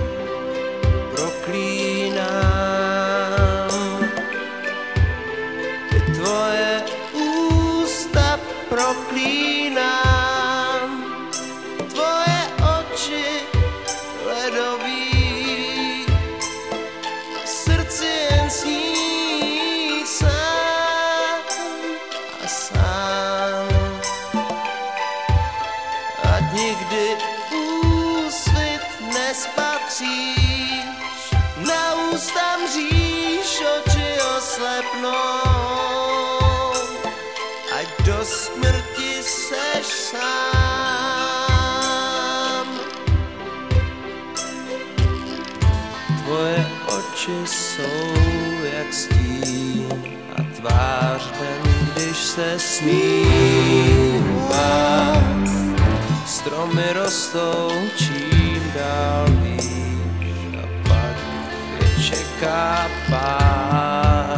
proklínám ty tvoje ústa, proklínám tvoje oči ledový. Srdci jen sní sám a sám. Ať nikdy úsvit nespatříš, na ústa mříš, oči oslepnou. Ať do smrti seš sám. Tvoje oči jsou jak stín a tvář den, když se smívá. Stromy rostou čím dál výš a pak je čeká pád.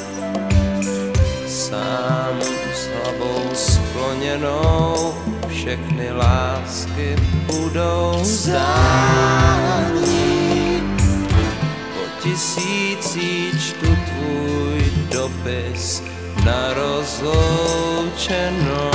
Sám s hlavou skloněnou všechny lásky budou zdání. Po tisící čtu tvůj dopis na rozloučenou.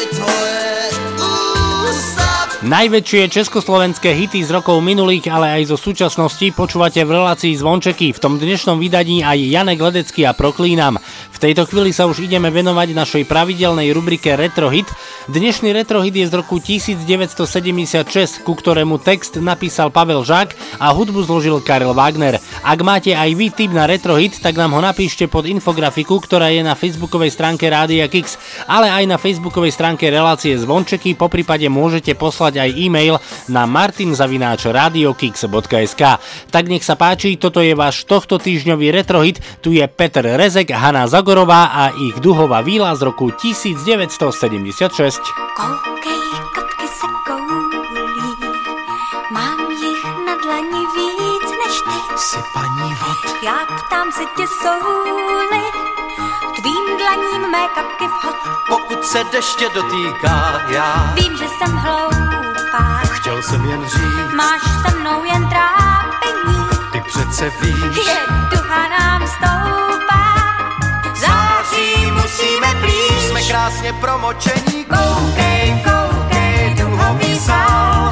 Najväčšie československé hity z rokov minulých, ale aj zo súčasnosti počúvate v relácii Zvončeky. V tom dnešnom vydaní aj Janek Ledecký a Proklínam. V tejto chvíli sa už ideme venovať našej pravidelnej rubrike Retrohit. Dnešný retrohit je z roku 1976, ku ktorému text napísal Pavel Žák a hudbu zložil Karel Wagner. Ak máte aj vy tip na retrohit, tak nám ho napíšte pod infografiku, ktorá je na facebookovej stránke Rádia Kix, ale aj na facebookovej stránke relácie Zvončeky, poprípade môžete poslať aj e-mail na martin@radiokix.sk. Tak nech sa páči, toto je váš tohto týždňový retrohit, tu je Peter Rezek, Hana Zagorová a ich Duhová víla z roku 1976. Koukej, kapky se koulí, mám jich na dlani víc než ty. Sypaní vod. Já ptám se tě souli, tvým dlaním mé kapky vhod. Pokud se deště dotýká, já vím, že jsem hloupá. chtěl jsem jen říct, Máš se mnou jen trápení, ty přece víš, je duha nám stoupá. Září musíme blíž, jsme krásně promočení. Koukej, koukej, duhový sál.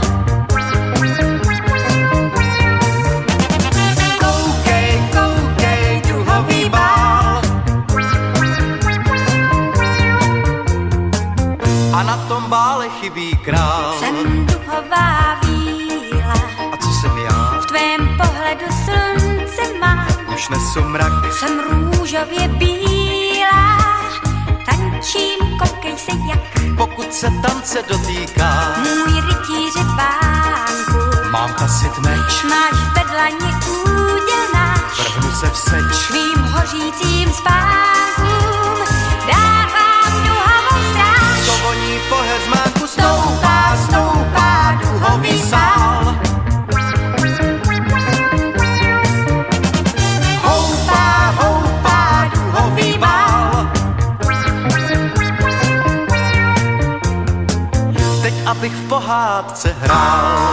Koukej, koukej, duhový bál. A na tom bále chybí král. Jsem duhová víla, A co jsem já? v tvém pohledu slunce mám. Už nesu mrak. Jsem růžově bílá, tančím, koukej se jak. Pokud se tance dotýká, Můj rytíři bánku, mám kasit meč. máš ve dlani úděl náš. Vrhnu se v seč. Tvým hořícím spánkům dávám duhovou stráž. To voní po heřmánku, stoupá, stoupá duhový sál. Houpá, houpá duhový bál. Teď abych v pohádce hrál.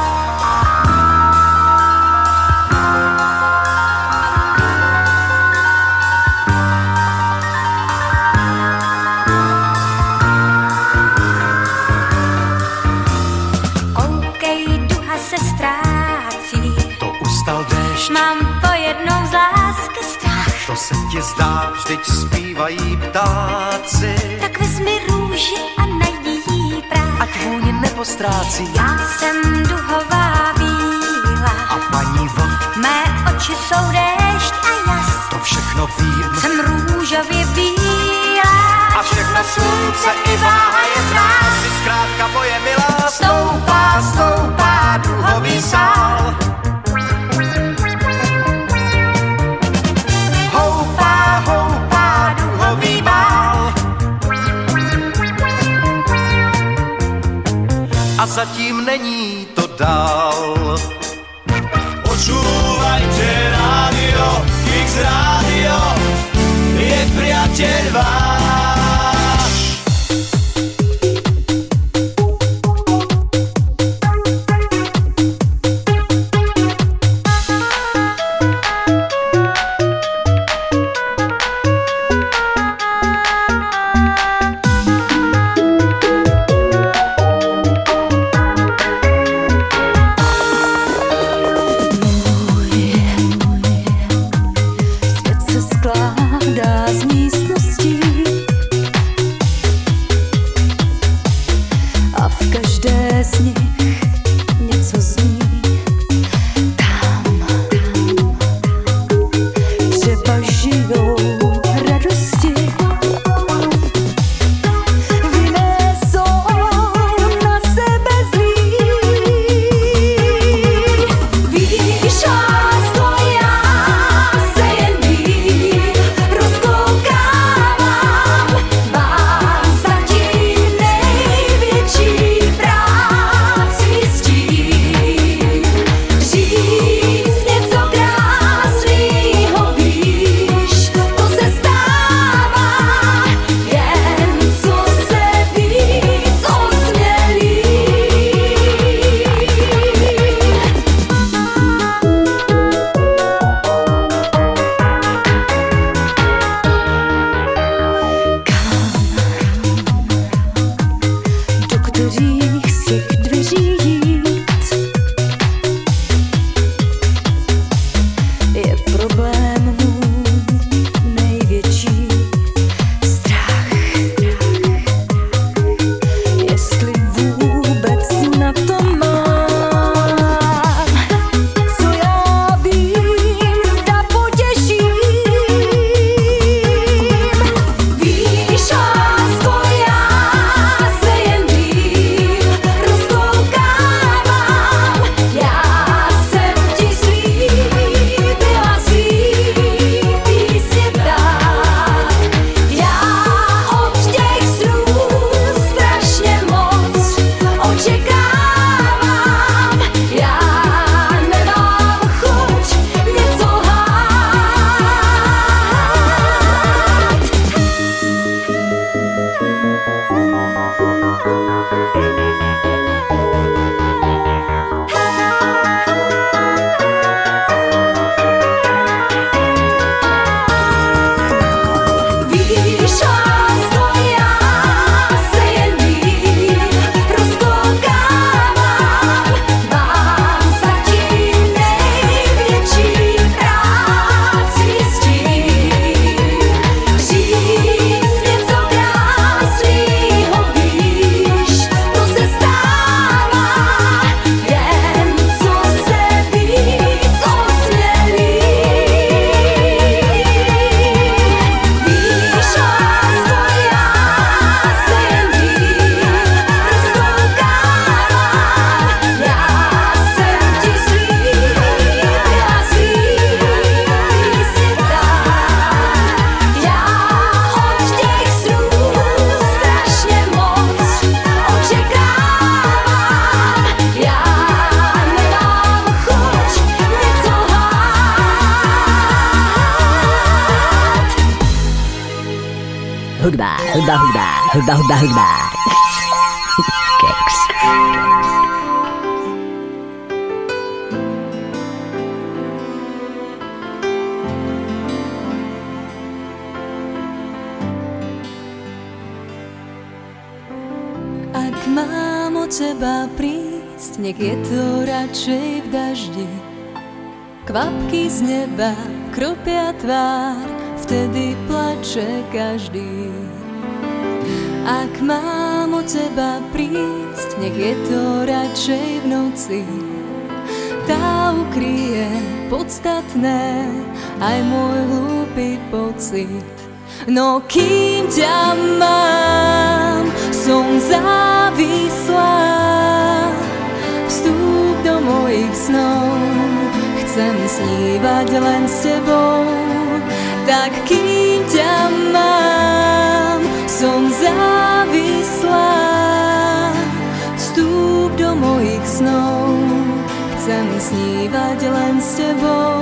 Koukej, duha se ztrácí, To ustal déšť, mám pojednou z lásky strach. to se ti zdá, vždyť zpívají ptáci. Tak vezmi růži a najdi jí prach. Ať vůně nepostrácí. Já jsem duhová víla, A paní vod, mé oči jsou déšť a jas. to všechno vím. Jsem růžově bílá, A všechno slunce i váha je zrát. Ty zkrátka moje milá, stoupá, stoupá duhový sál. Houpá, houpá duhový bál. A zatím není to dál. Počúvajte rádio, Kix rádio, je priateľ váš. Svět se skládá z místností, kterých si k dveří jít. Je problém můj největší strach. Jestli vůbec na to mám, co já vím, zda potěším. Víš, lásko, já se jen vím, rozkoukávám. Já jsem ti slíbila svítý světát. Já od těch snů strašně moc očekávám. Já nemám chuť něco lhát. Víš, lásko, já se jen vím, rozkoukávám. Mám zatím největší práci s tím. Říct něco krásnýho, víš, to se stává, jen co se víc osmělí. Víš, lásko, já se jen vím, rozkoukávám. Já jsem ti slíbila svítý světát. Já od těch snů strašně moc očekávám. Já nemám chuť něco lhát. Hudba, hudba, hudba, hudba, hudba, hudba. Keks. Ak mám od teba prísť, nech je to radšej v daždi. Kvapky z neba kropia tvár, vtedy plače každý. Ak mám od teba prísť, nech je to radšej v noci. Tá ukryje podstatné, aj môj hlúpy pocit. No kým ťa mám, som závislá. Vstúp do mojich snov, chcem snívať len s tebou. Tak kým ťa mám, som závislá. Vstúp do mojich snov, chcem snívať len s tebou.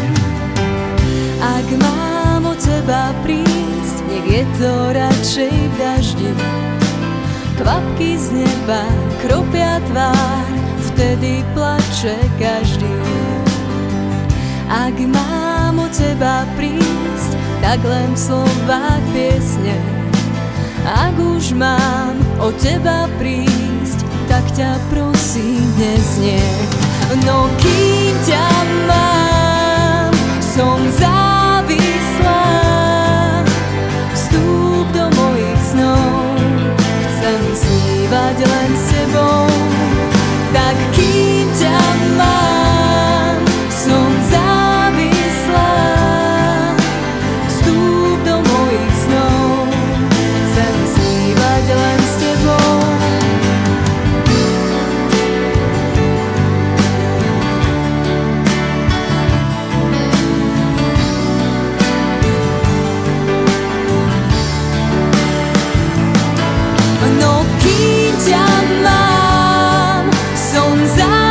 Ak mám od teba prísť, nech je to radšej v daždi. Kvapky z neba kropia tvár, vtedy plače každý. Ak mám od teba prísť, tak len v slovách piesne. Ak už mám od teba prísť, tak ťa prosím dnes nie. No kým ťa mám, som závislá. Vstúp do mojich snov, chcem snívať len s tebou. Tak kým ťa mám, som závislá. Vstúp do mojich snov, chcem snívať len s tebou. No kým ťa mám, som závislá.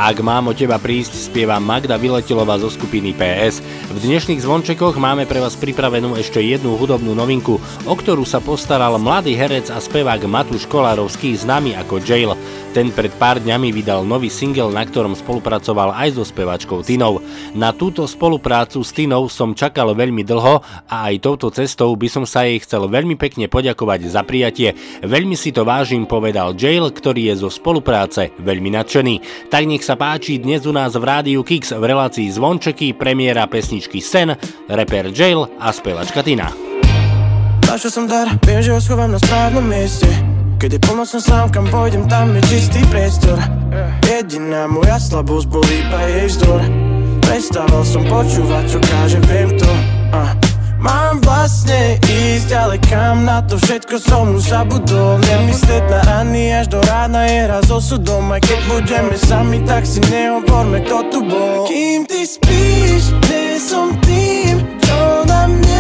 Ak mám o teba prísť, spieva Magda Vyletilová zo skupiny PS. V dnešných zvončekoch máme pre vás pripravenú ešte jednu hudobnú novinku, o ktorú sa postaral mladý herec a spevák Matúš Kolárovský, známy ako Jail. Ten pred pár dňami vydal nový single, na ktorom spolupracoval aj so speváčkou Tinou. Na túto spoluprácu s Tinou som čakal veľmi dlho a aj touto cestou by som sa jej chcel veľmi pekne poďakovať za prijatie. Veľmi si to vážim, povedal Jail, ktorý je zo spolupráce veľmi nadšený. Tak nech sa páči, dnes u nás v Rádiu Kix v relácii Zvončeky premiéra pesničky Sen, rapper Jail a spevačka Tina. Našiel som dar, viem, že ho schovám na správnom mieste. Keď je plno som sám, kam pôjdem, tam je čistý priestor. Jediná moja slabosť bol iba jej vzdor. Prestával som počúvať, čo káže, viem to. Mám vlastne ísť, ale kam na to všetko som už zabudol. Nemyslieť na rany, až do rána je raz osudom. Aj keď budeme sami, tak si nehovorme, kto tu bol. Kým ty spíš, nie som tým, čo na mne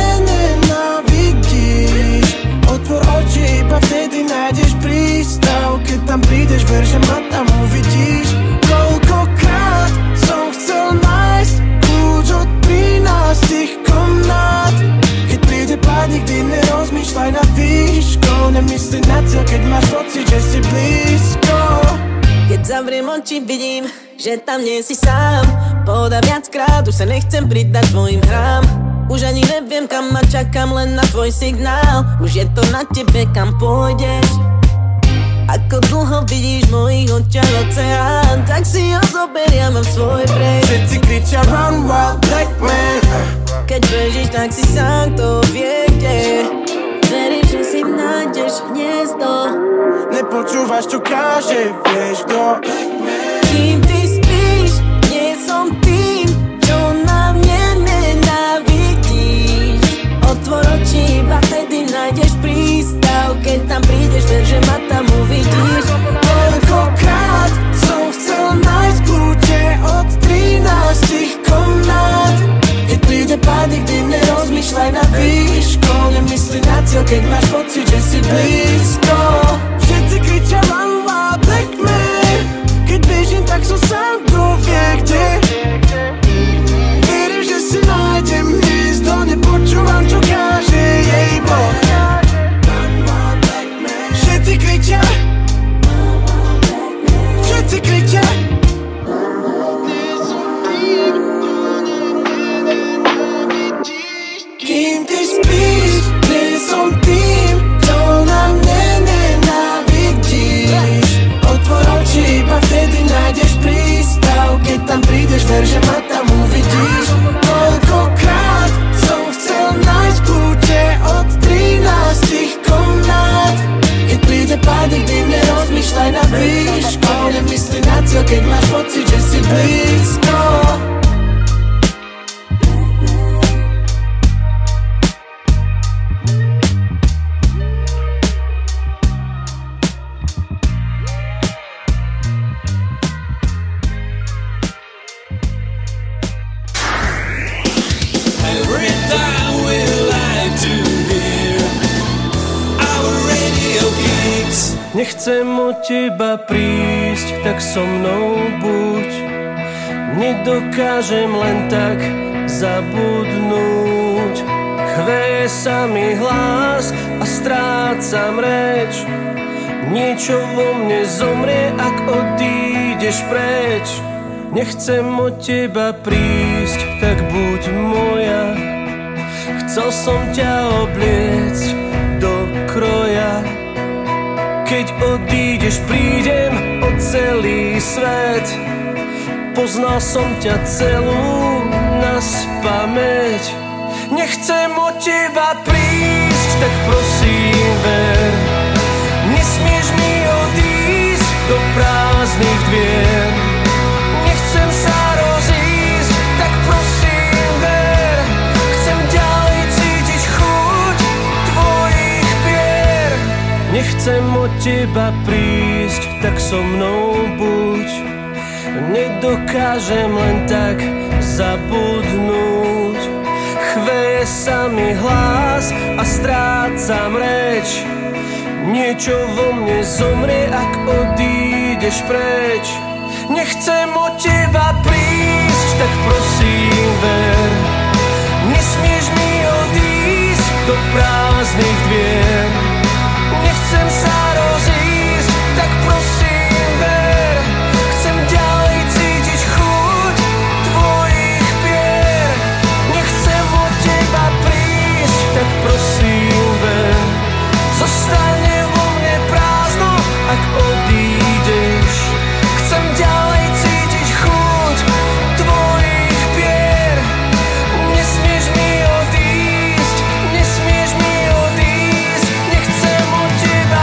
nenávidíš. Otvor oči, iba vtedy nájdeš prístav. Keď tam prídeš, ver, že ma tam uvidíš. Koľkokrát som chcel nájsť kľúč od 13 komnát. Keď príde pád, nikdy nerozmýšľaj nad výškou. Nemyslí na cieľ, keď máš pocit, že si blízko. Keď zavriem oči, vidím, že tam nie si sám. Povedal viackrát, už sa nechcem pridať tvojim hrám. Už ani neviem, kam ma čakám, len na tvoj signál. Už je to na tebe, kam pôjdeš. Ako dlho vidíš v mojich očiach oceán, tak si ho zober, ja mám svoj breh. Všetci kričia run wild black man. Keď bežíš, tak si sám to vie, kde. Verím, že si nájdeš hniezdo. Nepočúvaš, čo káže, vieš kto. Kým ty spíš, nie som tým, čo na mne nenávidíš. Otvor oči, iba vtedy nájdeš prístav. Keď tam prídeš, ver, že ma tam uvidíš. Koľkokrát som chcel nájsť kľúče od 13 komnát. Keď príde pád, nikdy nerozmýšľaj nad výškou. Nemyslí na cieľ, keď máš pocit, že si blízko. Všetci kričia run wild black man. Keď bežím, tak som sám, kto vie kde. Verím, že si nájdem hniezdo. Nepočúvam, čo káže jej boh. Všetci kričia, všetci kričia. Kým ty spíš, nie som tým, čo na mne nenávidíš. Otvor oči, iba vtedy nájdeš prístav. Keď tam prídeš, ver, že ma tam uvidíš. Koľkokrát som chcel nájsť kľúče od 13 komnát. Keď príde pád, nikdy nerozmýšľaj nad výškou. Nemyslí na cieľ, keď máš pocit, že si blízko. Nechcem od teba prísť, tak so mnou buď. Nedokážem len tak zabudnúť. Chveje sa mi hlas a strácam reč. Niečo vo mne zomrie, ak odídeš preč. Nechcem od teba prísť, tak buď moja. Chcel som ťa obliecť do kroja. Keď odídeš, prídem o celý svet. Poznal som ťa celú naspamäť. Nechcem od teba prísť, tak prosím ver. Nesmieš mi odísť do prázdnych dvier. Nechcem sa rozísť, tak prosím ver. Chcem ďalej cítiť chuť tvojich pier. Nechcem od teba prísť, tak so mnou buď. Nedokážem len tak zabudnúť. Chveje sa mi hlas a strácam reč. Niečo vo mne zomrie, ak odídeš preč. Nechcem od teba prísť, tak prosím ver. Nesmieš mi odísť do prázdnych dvier. Nechcem sa rozísť, tak prosím ver. Chcem ďalej cítiť chuť tvojich pier. Nechcem od teba prísť, tak prosím ver. Zostane vo mne prázdno, ak odídeš. Chcem ďalej cítiť chuť tvojich pier. Nesmieš mi odísť, nesmieš mi odísť. Nechcem od teba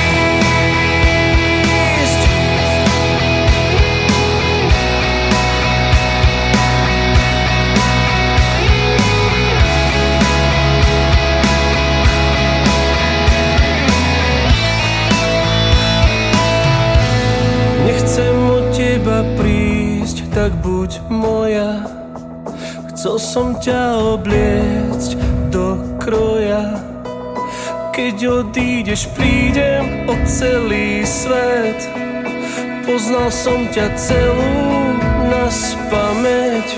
prísť. Nechcem od teba prísť, tak buď moja. Chcel som ťa obliecť do kroja. Keď odídeš, prídem o celý svet. Poznal som ťa celú naspamäť.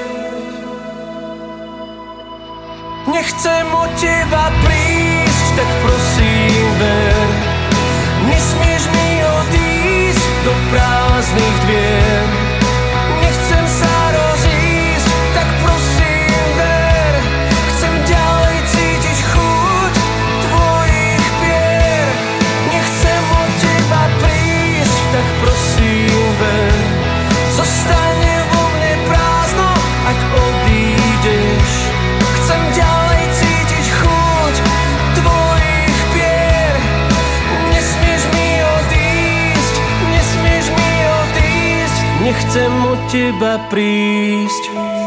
Nechcem od teba prísť, tak prosím ver. Nesmieš mi odísť do prázdnych dvier. Nechcem sa rozísť, tak prosím ver. Chcem ďalej cítiť chuť tvojich pier. Nechcem od teba prísť, tak prosím ver. Zostane vo mne prázdno, ak odídeš. Chcem ďalej cítiť chuť tvojich pier. Nesmieš mi odísť, nesmieš mi odísť. Nechcem od teba prísť.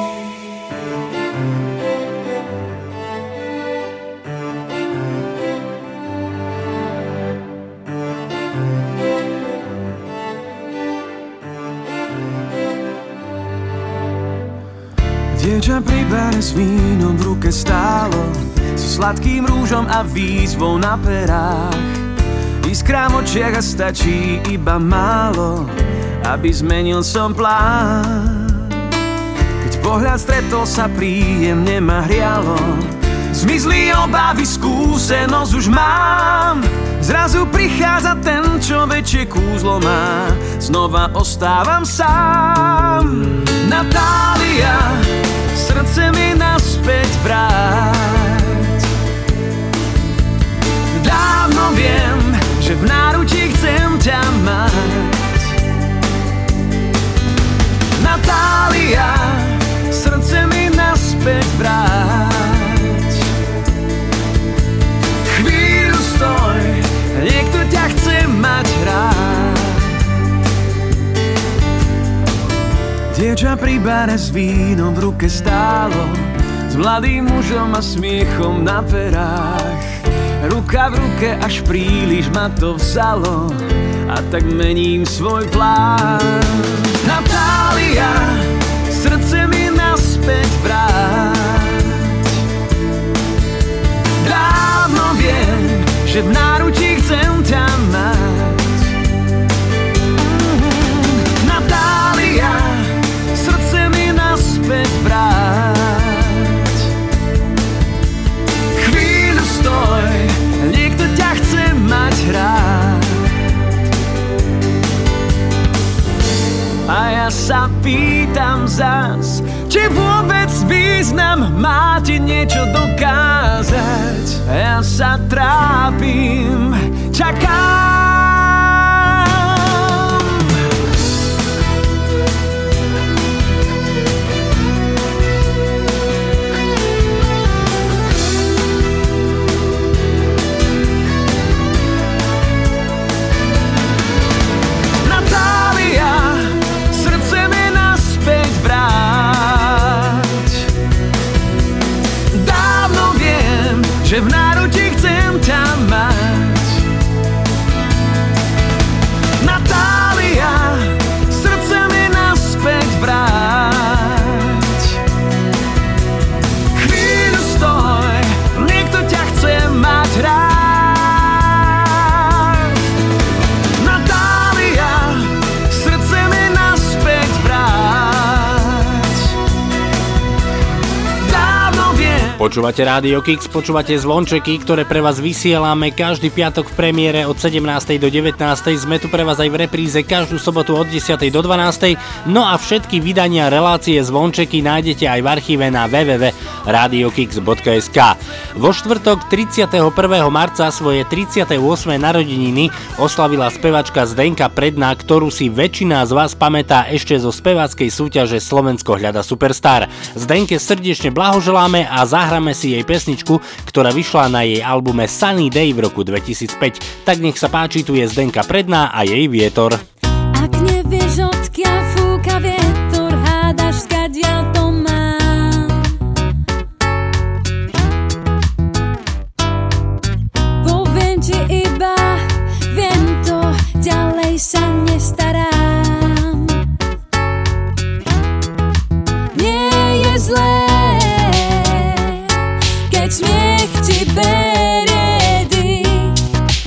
Dievča pri bare s vínom v ruke stálo, so sladkým rúžom a výzvou na perách. Iskra v očiach a stačí iba málo, aby zmenil som plán. Keď pohľad stretol sa, príjemne ma hrialo. Zmizli obavy, skúsenosť už mám. Zrazu prichádza ten, čo väčšie kúzlo má. Znova ostávam sám. Natália, srdce mi naspäť vráť. Dávno viem, že v náručí chcem ťa mať. Natália, srdce mi naspäť vráť. Chvíľu stoj, niekto ťa chce mať rád. Dievča pri bare s vínom v ruke stálo, s mladým mužom a smiechom na perách. Ruka v ruke, až príliš ma to vzalo, a tak mením svoj plán. Natália, srdce mi naspäť vráť. Dávno viem, že v náručí chcem ťa mať. Natália, srdce mi naspäť vráť. Chvíľu stoj, niekto ťa chce mať rád. A ja sa pýtam zas, či vôbec význam má ti niečo dokázať. Ja sa trápim, čakám. Že v náručí chcem ťa mať. Počúvate Rádio Kix, počúvate zvončeky, ktoré pre vás vysielame každý piatok v premiére od 17. do 19. Sme tu pre vás aj v repríze každú sobotu od 10. do 12. No a všetky vydania relácie zvončeky nájdete aj v archíve na www.radiokix.sk. Vo štvrtok 31. marca svoje 38. narodeniny oslavila spevačka Zdenka Predná, ktorú si väčšina z vás pamätá ešte zo speváckej súťaže Slovensko hľada superstar. Zdenke srdečne blahoželáme a zahráme si jej pesničku, ktorá vyšla na jej albume Sunny Day v roku 2005. Tak nech sa páči, tu je Zdenka Predná a jej Vietor. Ak nevieš, odkiaľ fúka vietor, hádaš, skadiaľ to mám. Poviem ti iba, viem to, ďalej sa nestarám. Nie je zlé, keď smiech ti berie dých.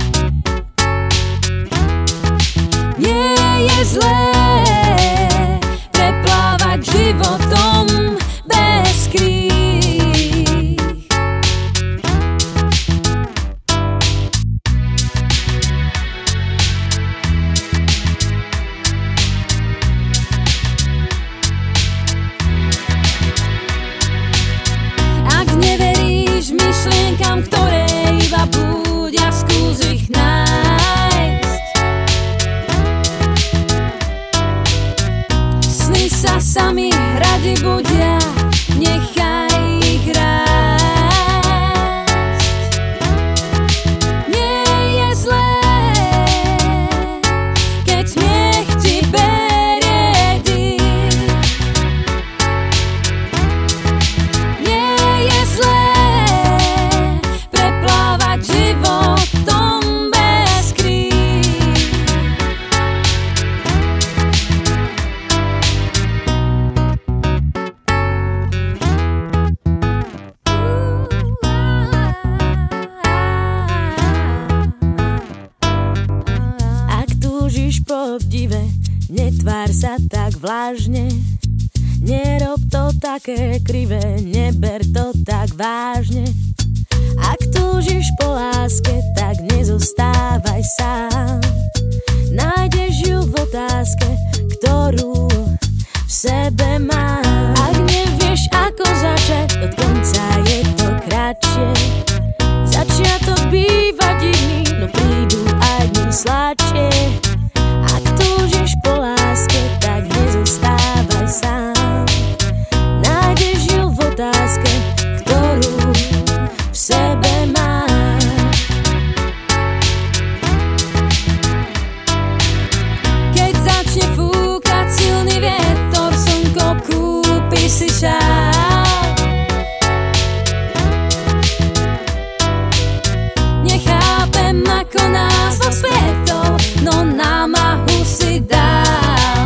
Nie je zlé preplávať životom bez kríh. Ak neveríš myšlienkam, ktoré iba búdia, skús ich nájsť. Sny sa sami radi budia, nechaj ich rásť. Nie je zlé, keď smiech ti berie dých. Nie je zlé preplávať životom bez kríh. Ak túžiš po obdive, netvár sa tak vlážne. Nerob to také krivé, neber to tak vážne. Ak túžiš po láske, tak nezostávaj sám. Nájdeš ju v otázke, ktorú v sebe mám. Ak nevieš, ako začať, od konca je to kratšie. Začiatok býva divný, no prídu aj dni sladšie. Ak túžiš po láske, tak nezostávaj sám. Nájdeš ju v otázke, ktorú v sebe mám. Keď začne fúkať silný vietor, slnko kúpi si šál. Nechápem, ako nás Boh splietol, no námahu si dal.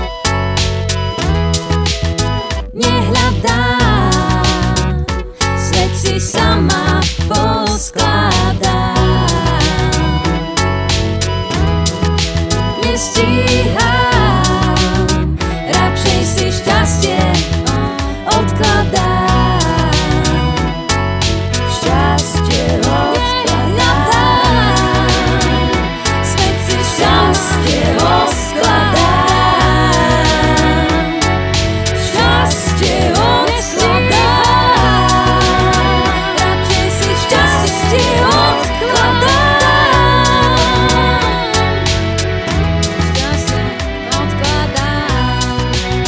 Nehľadám, svet si sama poskladá. Nestíham, radšej si šťastie odkladám. Šťastie odkladám, svet si šťastie odkladám. Šťastie odkladám, radšej si šťastie odkladám. Šťastie odkladám,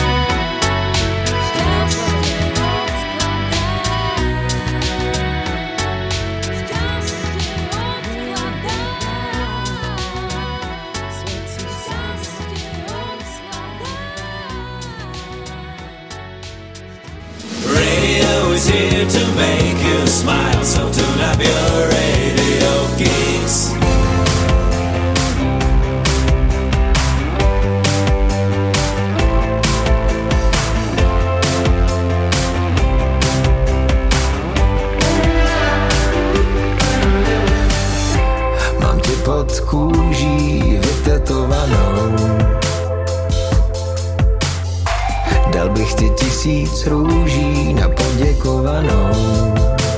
svet si šťastie Radio is here to make you smile, so tune up your Radio Kix. Mám tě pod kůží vytetovanou. Dal bych ti 1000 růží na poděkovanou.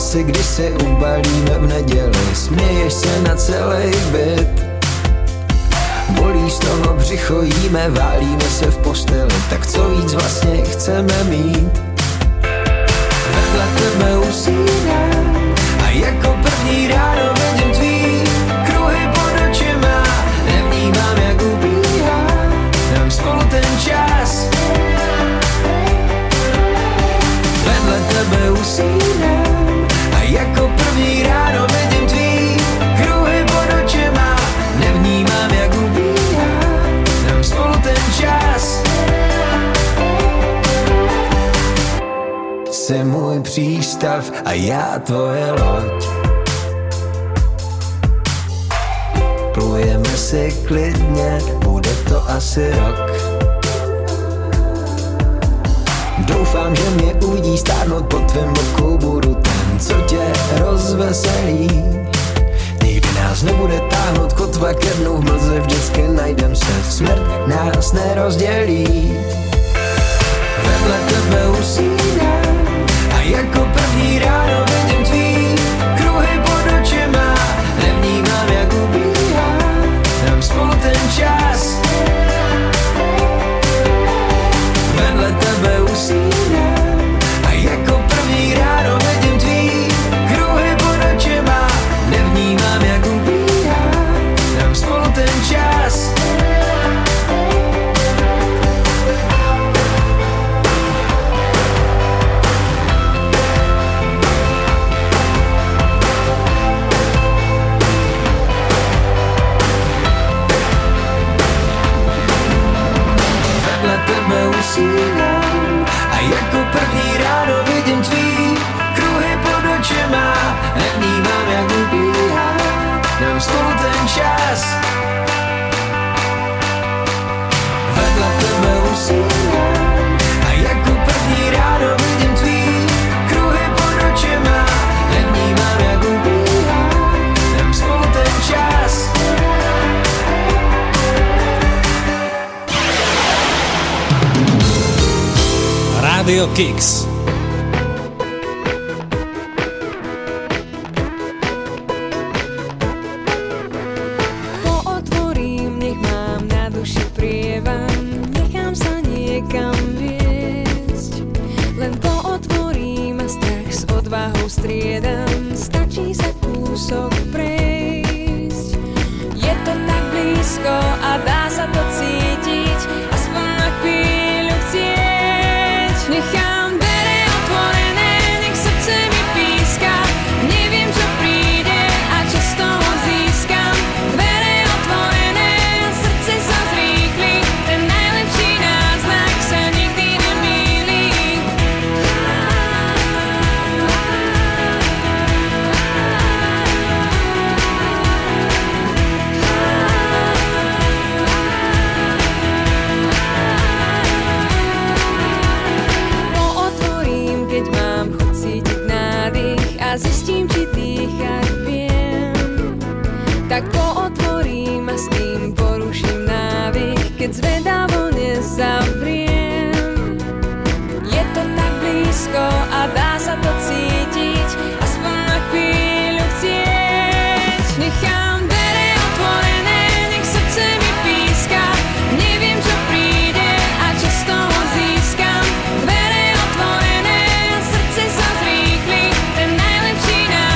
se, když se ubalíme v neděli, směješ se na celý byt. Bolí z toho břicho, jíme, válíme se v posteli, tak co víc vlastně chceme mít? Vedle tebe usínám a jako první ráno vidím tvý kruhy pod očima. Nevnímám, jak ubíhá nám spolu ten čas. Vedle tebe usínám a jako první ráno vidím tvý kruhy pod očima. Nevnímám, jak ubíhá nám spolu ten čas. Jsi můj přístav a já tvoje loď. Plujeme si klidně, bude to asi rok. Doufám, že mě uvidí stárnout po tvém boku, budu ten, co tě rozveselí. Nikdy nás nebude táhnout kotva ke dnu, v mlze vždycky najdem se, smrt nás nerozdělí. Vedle tebe usínám a jako první ráno vidím tvý kruhy pod očima. Nevnímám, jak ubíhá nám spolu ten čas. Vedle tebe usínám a jako první ráno vidím tvý kruhy pod očima. Nevnímám, jak ubíhá nám spolu ten čas. Usínám a jako první ráno vidím tvý kruhy pod očima. Nevnímám, jak ubíhá nám spolu ten čas. Vedle tebe usínám a jako první ráno vidím tvý kruhy pod očima. Nevnímám, jak ubíhá nám spolu ten čas. Radio Kicks. Pootvorím, nech mám na duši prievan, nechám sa niekam viesť. Len pootvorím a strach s odvahou striedam, stačí sa kúsok prejsť. Je to tak blízko a dá sa to cítiť, aspoň na chvíľu chcieť. Nechám dvere otvorené, nech srdce mi píska. Neviem, čo príde a čo z toho získam. Dvere otvorené, srdce sa zrýchli. Ten najlepší náznak sa nikdy nemýli. Keď mám chuť cítiť nádych a zistím, či dýchať viem, tak pootvorím a s tým poruším návyk, keď zvedavo nezavriem. Je to tak blízko a dá sa to cítiť, aspoň na chvíľu chcieť. Nechám dvere otvorené, nech srdce mi píska. Neviem, čo príde a čo z toho získam. Dvere otvorené, srdce sa zrýchli, ten najlepší návyk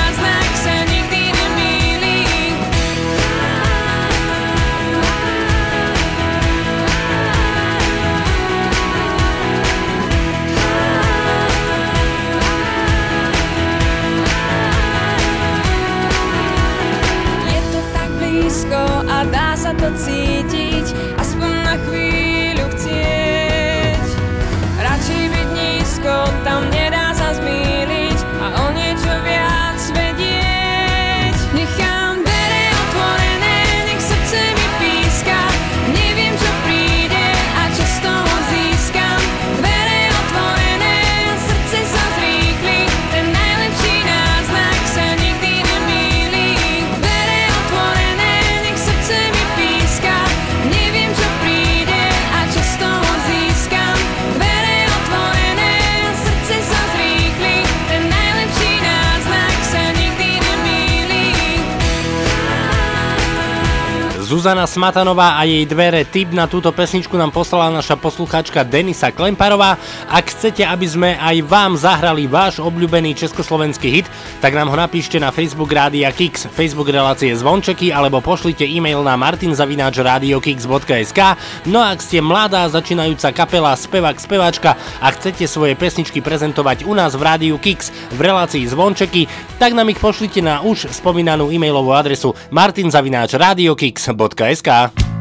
Zuzana Smatanová a jej dvere. Tip na túto pesničku nám poslala naša poslucháčka Denisa Klemparová. Ak chcete, aby sme aj vám zahrali váš obľúbený československý hit, tak nám ho napíšte na Facebook Rádia Kix, Facebook relácie Zvončeky, alebo pošlite e-mail na martin@radiokix.sk. No a ak ste mladá začínajúca kapela, spevák, speváčka a chcete svoje pesničky prezentovať u nás v Rádiu Kix v relácii Zvončeky, tak nám ich pošlite na už spomínanú e-mailovú adresu martin@radiokix.sk.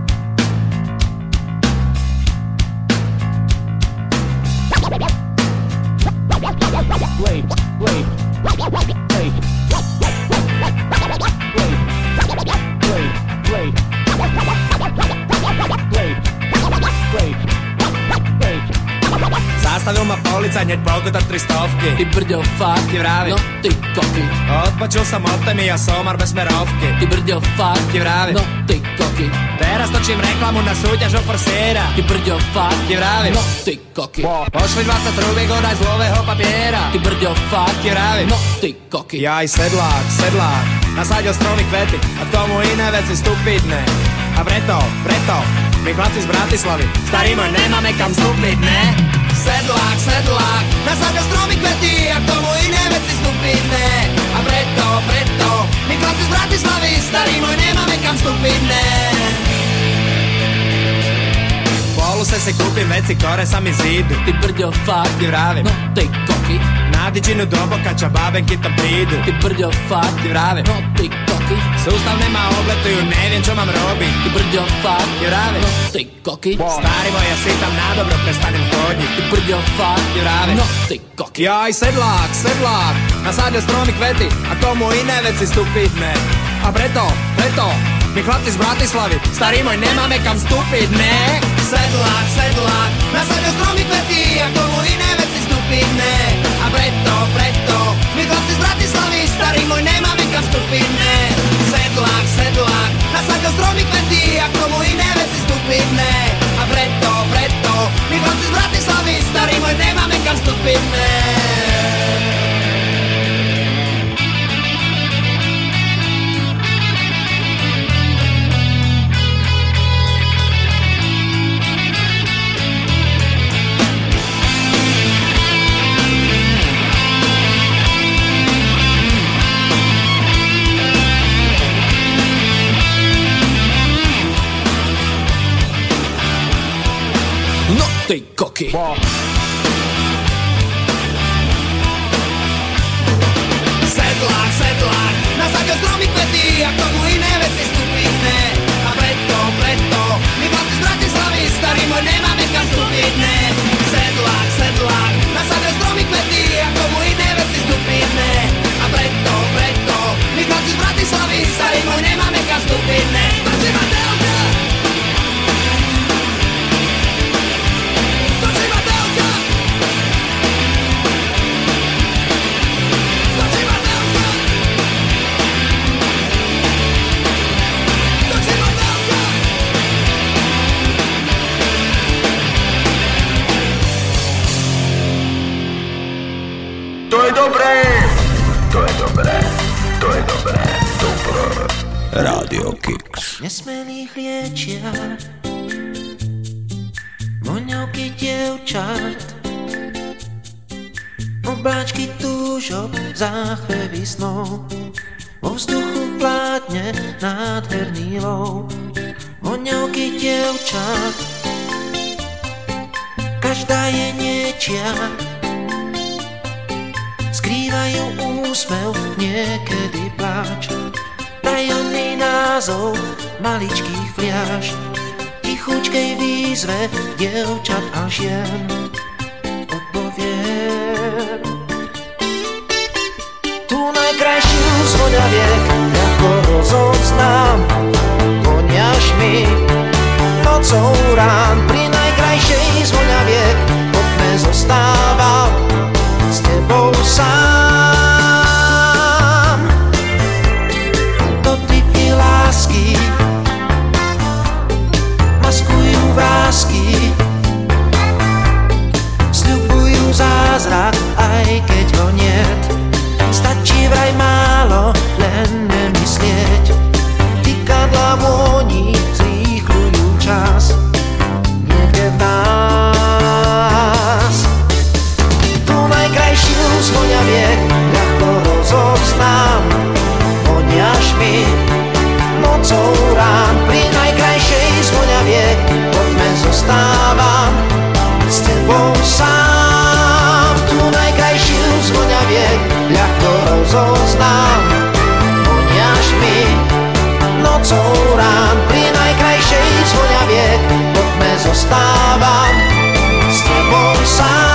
Zastavil ma policajt, hneď pokuta 300. Ty brďo, fakt, ti vravím. No ty koky. Odpočul som od témy a somar bez smerovky. Ty brďo, fakt, ti vravím. No ty koky. Teraz točím reklamu na súťaž o forsiera. Ty brďo, fakt, ti vravím. No ty koky. Pošli 20 trúbiek, odaj z zlového papiera. Ty brďo, fakt, ti vravím. No ty koky. Jaj, sedlák, nasadil stromy kvety a k tomu iné veci stupidné. A preto, my chlapci z Bratislavy, starý môj, nemáme kam vstúpiť, ne? Sedlák, nasadil stromy kvety a k tomu iné veci stupidné. A preto, my chlapci z Bratislavy, starý môj, nemáme kam vstúpiť, ne? Poluse si kúpim veci, ktoré sa mi zídu. Ty brďo, fakt, ti vravím. No ty koky. Na dičinu do Bokača bábenky tam prídu. Ty brďo, fakt, ti vravím. No ty koky. Sústavne ma obletujú, neviem čo mám robiť. Ty brďo, fakt, ti vravím. No ty koky. Starý môj, ja si tam na dobro prestanem chodiť. Ty brďo, fakt, ti vravím. No ty koky. Jaj, sedlák, nasadil stromy kvety a komu iné veci stupidné. A preto, my chlapci z Bratislavy, starý môj, nemáme kam vstúpiť, ne? Sedlák, nasadil stromy kvety a komu iné veci stupidné. A preto, my chlapci z Bratislavy, starý môj, nemáme kam vstúpiť, ne? Sedlák, nasadil stromy kvety a komu iné veci stupidné. A preto, my chlapci z Bratislavy, starý môj, nemáme kam vstúpiť, ne? Ty koky. Sedlák, nasadil stromy kvety a k tomu iné veci stupidné. A preto, my chlapci z Bratislavy, starý môj, nemáme kam vstúpiť, ne? Sedlák, nasadil stromy kvety a k tomu iné veci stupidné. A preto, my chlapci z Bratislavy, starý môj, nemáme kam vstúpiť, ne? Točí ma telka! Rádio Kix. Nesmelých liečia voňavky dievčat, obláčky túžob, záchvevy snov, vo vzduchu vládne nádherný lov. Voňavky dievčat, každá je niečia, skrývajú úsmev, niekedy pláč. Tajomný názov maličkých fliaž, tichučkej výzve dievčat a žien odpoviem. Tu najkrajšiu z voňaviek ľahko rozoznám, voňaš mi nocou rán. Pri najkrajšej z voňaviek pod mne zostávam s tebou sám. Lásky maskujú vrásky, sľubujú zázrak, aj keď ho niet. Stačí vraj málo, len nemyslieť. Tykadla voní zoznam. Voniaš mi nocou rán, pri najkrajšej z voňaviek, po tme zostávam s tebou sám.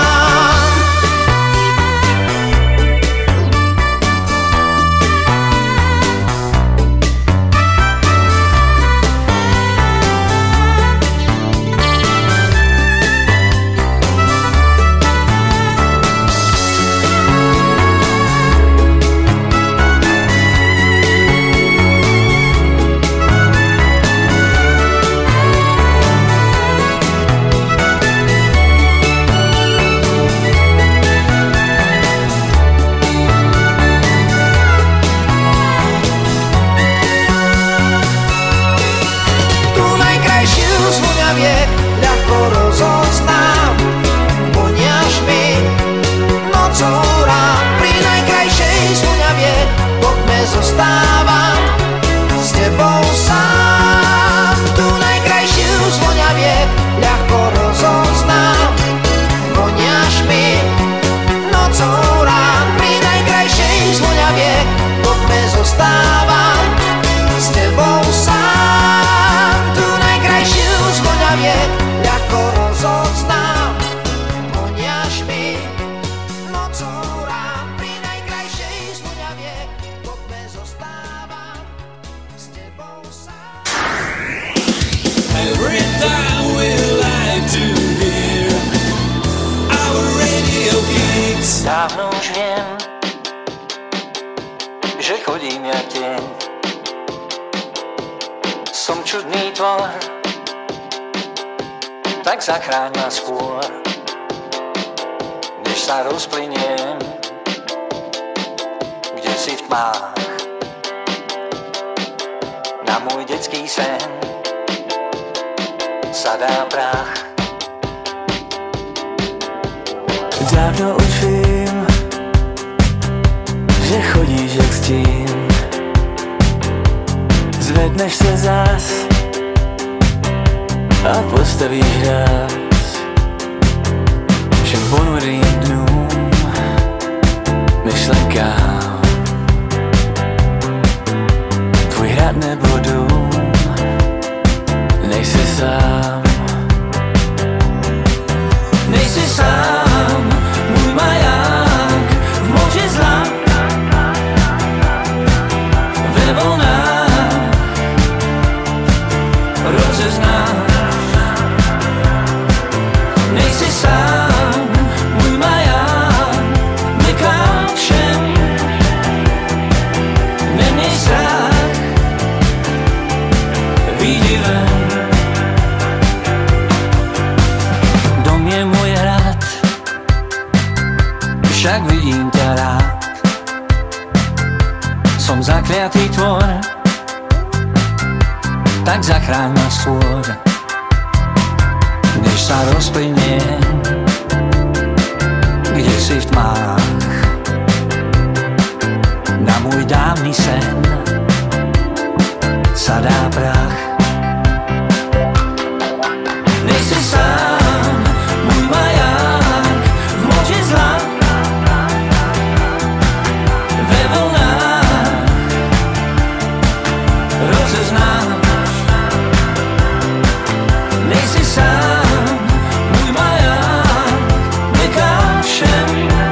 Ľahko rozoznám, voniaš mi nocou rán, pri najkrajšej z voňaviek, po tme zostávam s tebou sám. Tu najkrajšiu z voňaviek ľahko rozoznám, voniaš mi nocou rán, pri najkrajšej z voňaviek, po tme zostávam s tebou sám. Tu najkrajšiu z voňaviek ľahko rozoznám, voniaš mi nocou rán, pri najkrajšej z voňaviek, po tme zostávam s tebou sám. Every time we like to hear our radio kicks. Dávno už viem, že chodím ja deň. Som čudný tvor, tak zachráň ma skôr, než sa rozplyniem, kde si v tmách. Na môj detský sen sadá prach. Dávno už vím, že chodíš jak stín, zvedneš se zás a postavíš ráz všem ponurým dnům, myšlenkám. Tvůj hrad nebo dům, nejsi sám. Nejsi sám, můj maják v moři zla, ve vlnách rozeznáš. Nejsi sám, můj maják bliká všem, neměj strach, vyjdi ven. Dom je můj hrad, však vidím ťa rád. Som zakliatý tvor, tak zachráň ma skôr, než sa rozplyniem, kde si v tmách. Na môj dávny sen sadá prach. Nejsi sám, môj maják v moři zla, ve vlnách rozeznáš. Nejsi sám, môj maják bliká všem,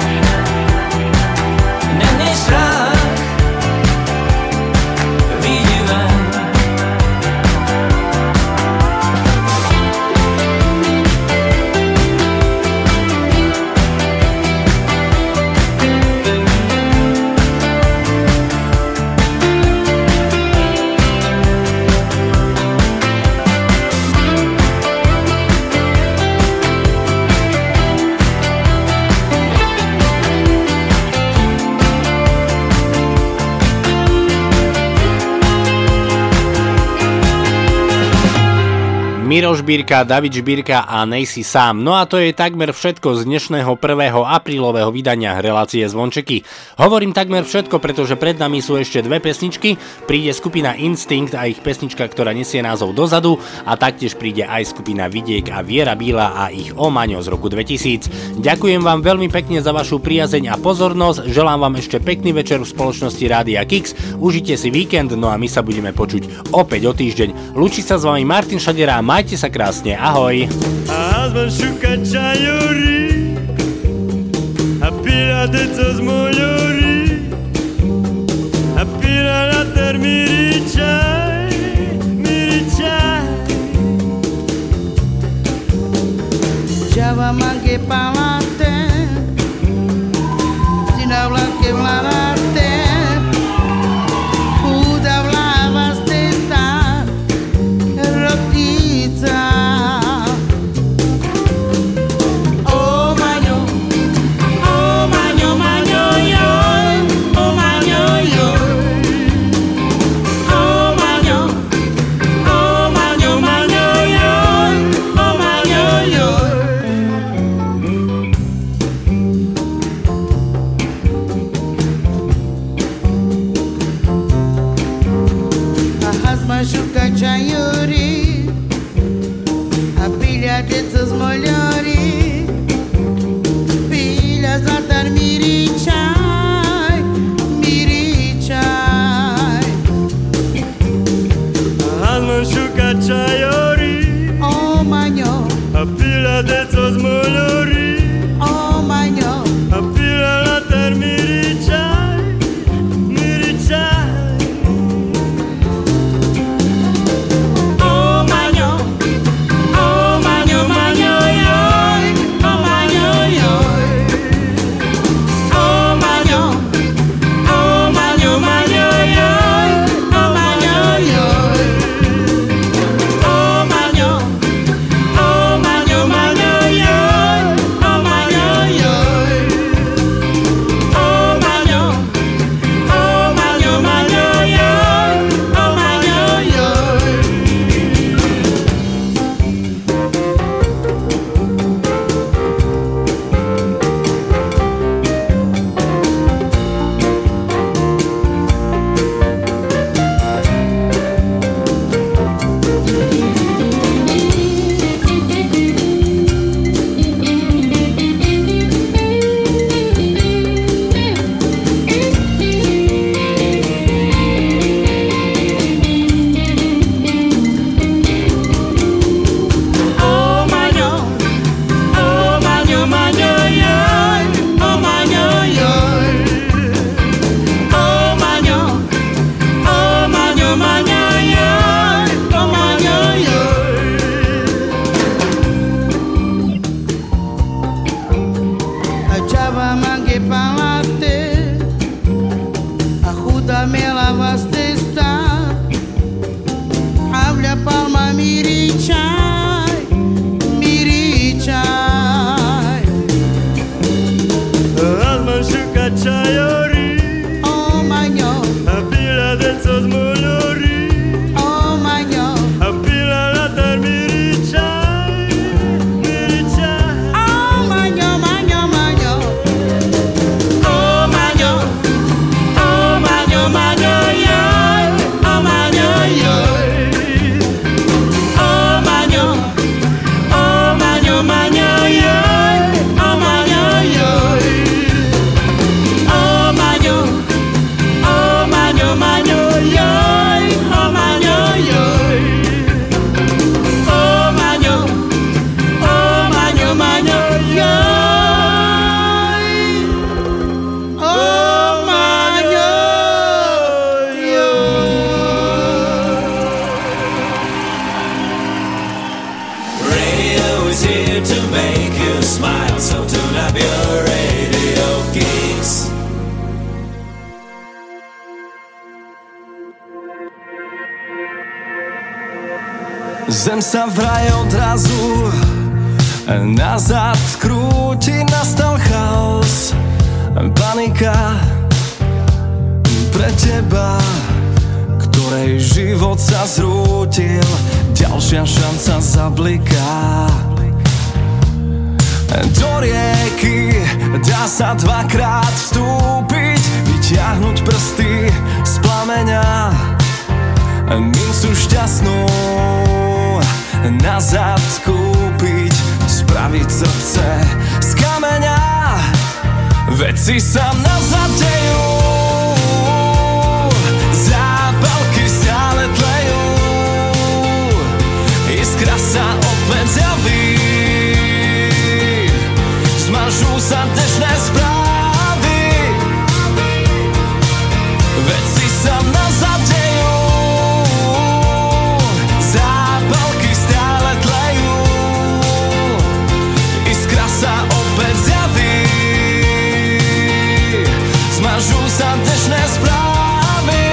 neměj strach, vyjdi ven. Miro Žbírka, David Žbírka a Nejsi sám. No a to je takmer všetko z dnešného 1. aprílového vydania relácie Zvončeky. Hovorím takmer všetko, pretože pred nami sú ešte dve pesničky. Príde skupina Instinct a ich pesnička, ktorá nesie názov Dozadu, a taktiež príde aj skupina Vidiek a Viera Bíla a ich O Maňo z roku 2000. Ďakujem vám veľmi pekne za vašu priazeň a pozornosť. Želám vám ešte pekný večer v spoločnosti Rádia Kix. Užite si víkend, no a my sa budeme počuť opäť o týždeň. Lúči sa s vami Martin Šadera. Majte sa krásne, ahoj. A hazban šuka čajori, a pila deco z moljori, a pila na ter miri čaj, miri čaj. Java mange palate, zina vlake vladate, huda vlava stesta, Machuca chayuri, a pilha dessas molhori, pilhas a dar mirichai, mirichai. A machuca chayuri, oh manho, a pilha dessas molhori, oh manho, a pilha a dar mirichai, mirichai. Zem sa vraj odrazu nazad krúti, nastal chaos, panika pre teba, ktorá ktorej život sa zrútil, ďalšia šanca zabliká. Do rieky dá sa dvakrát vstúpiť, vyťahnuť prsty z plameňa, mincu šťastnú nazad kúpiť, spraviť srdce z kameňa. Veci sa nazad dejú, zápalky stále tlejú, iskra sa opäť zjaví, zmažú sa dnešné správy. Veci sa nazad dejú, zápalky stále tlejú, iskra sa opäť zjaví, zmažú sa dnešné správy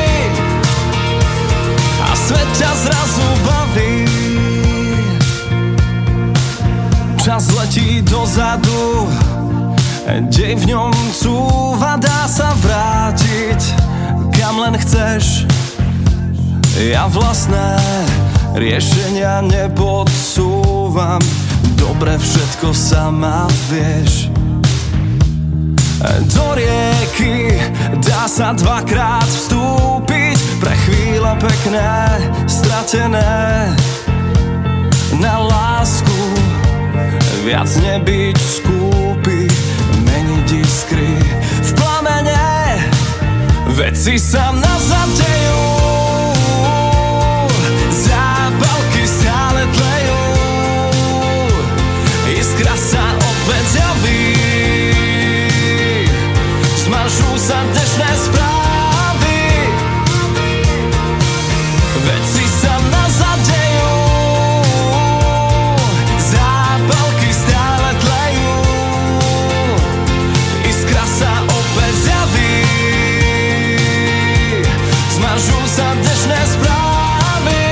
a svet ťa zrazu baví. Čas letí dozadu, dej v ňom cúva, dá sa vrátiť kam len chceš. Ja vlastné riešenia nepodsúvam, dobre všetko sama vieš. Do rieky dá sa dvakrát vstúpiť, pre chvíle pekné, stratené, na lásku viac nebyť skúpi, meniť iskry v plamene. Veci sa nazad dejú, zápalky stále tlejú, iskra sa opäť zjaví, zmažú sa dnešné správy. Veci sa nazad dejú, zápalky stále tlejú, iskra sa opäť zjaví, zmažú sa dnešné správy.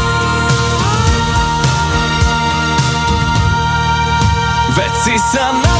Veci sa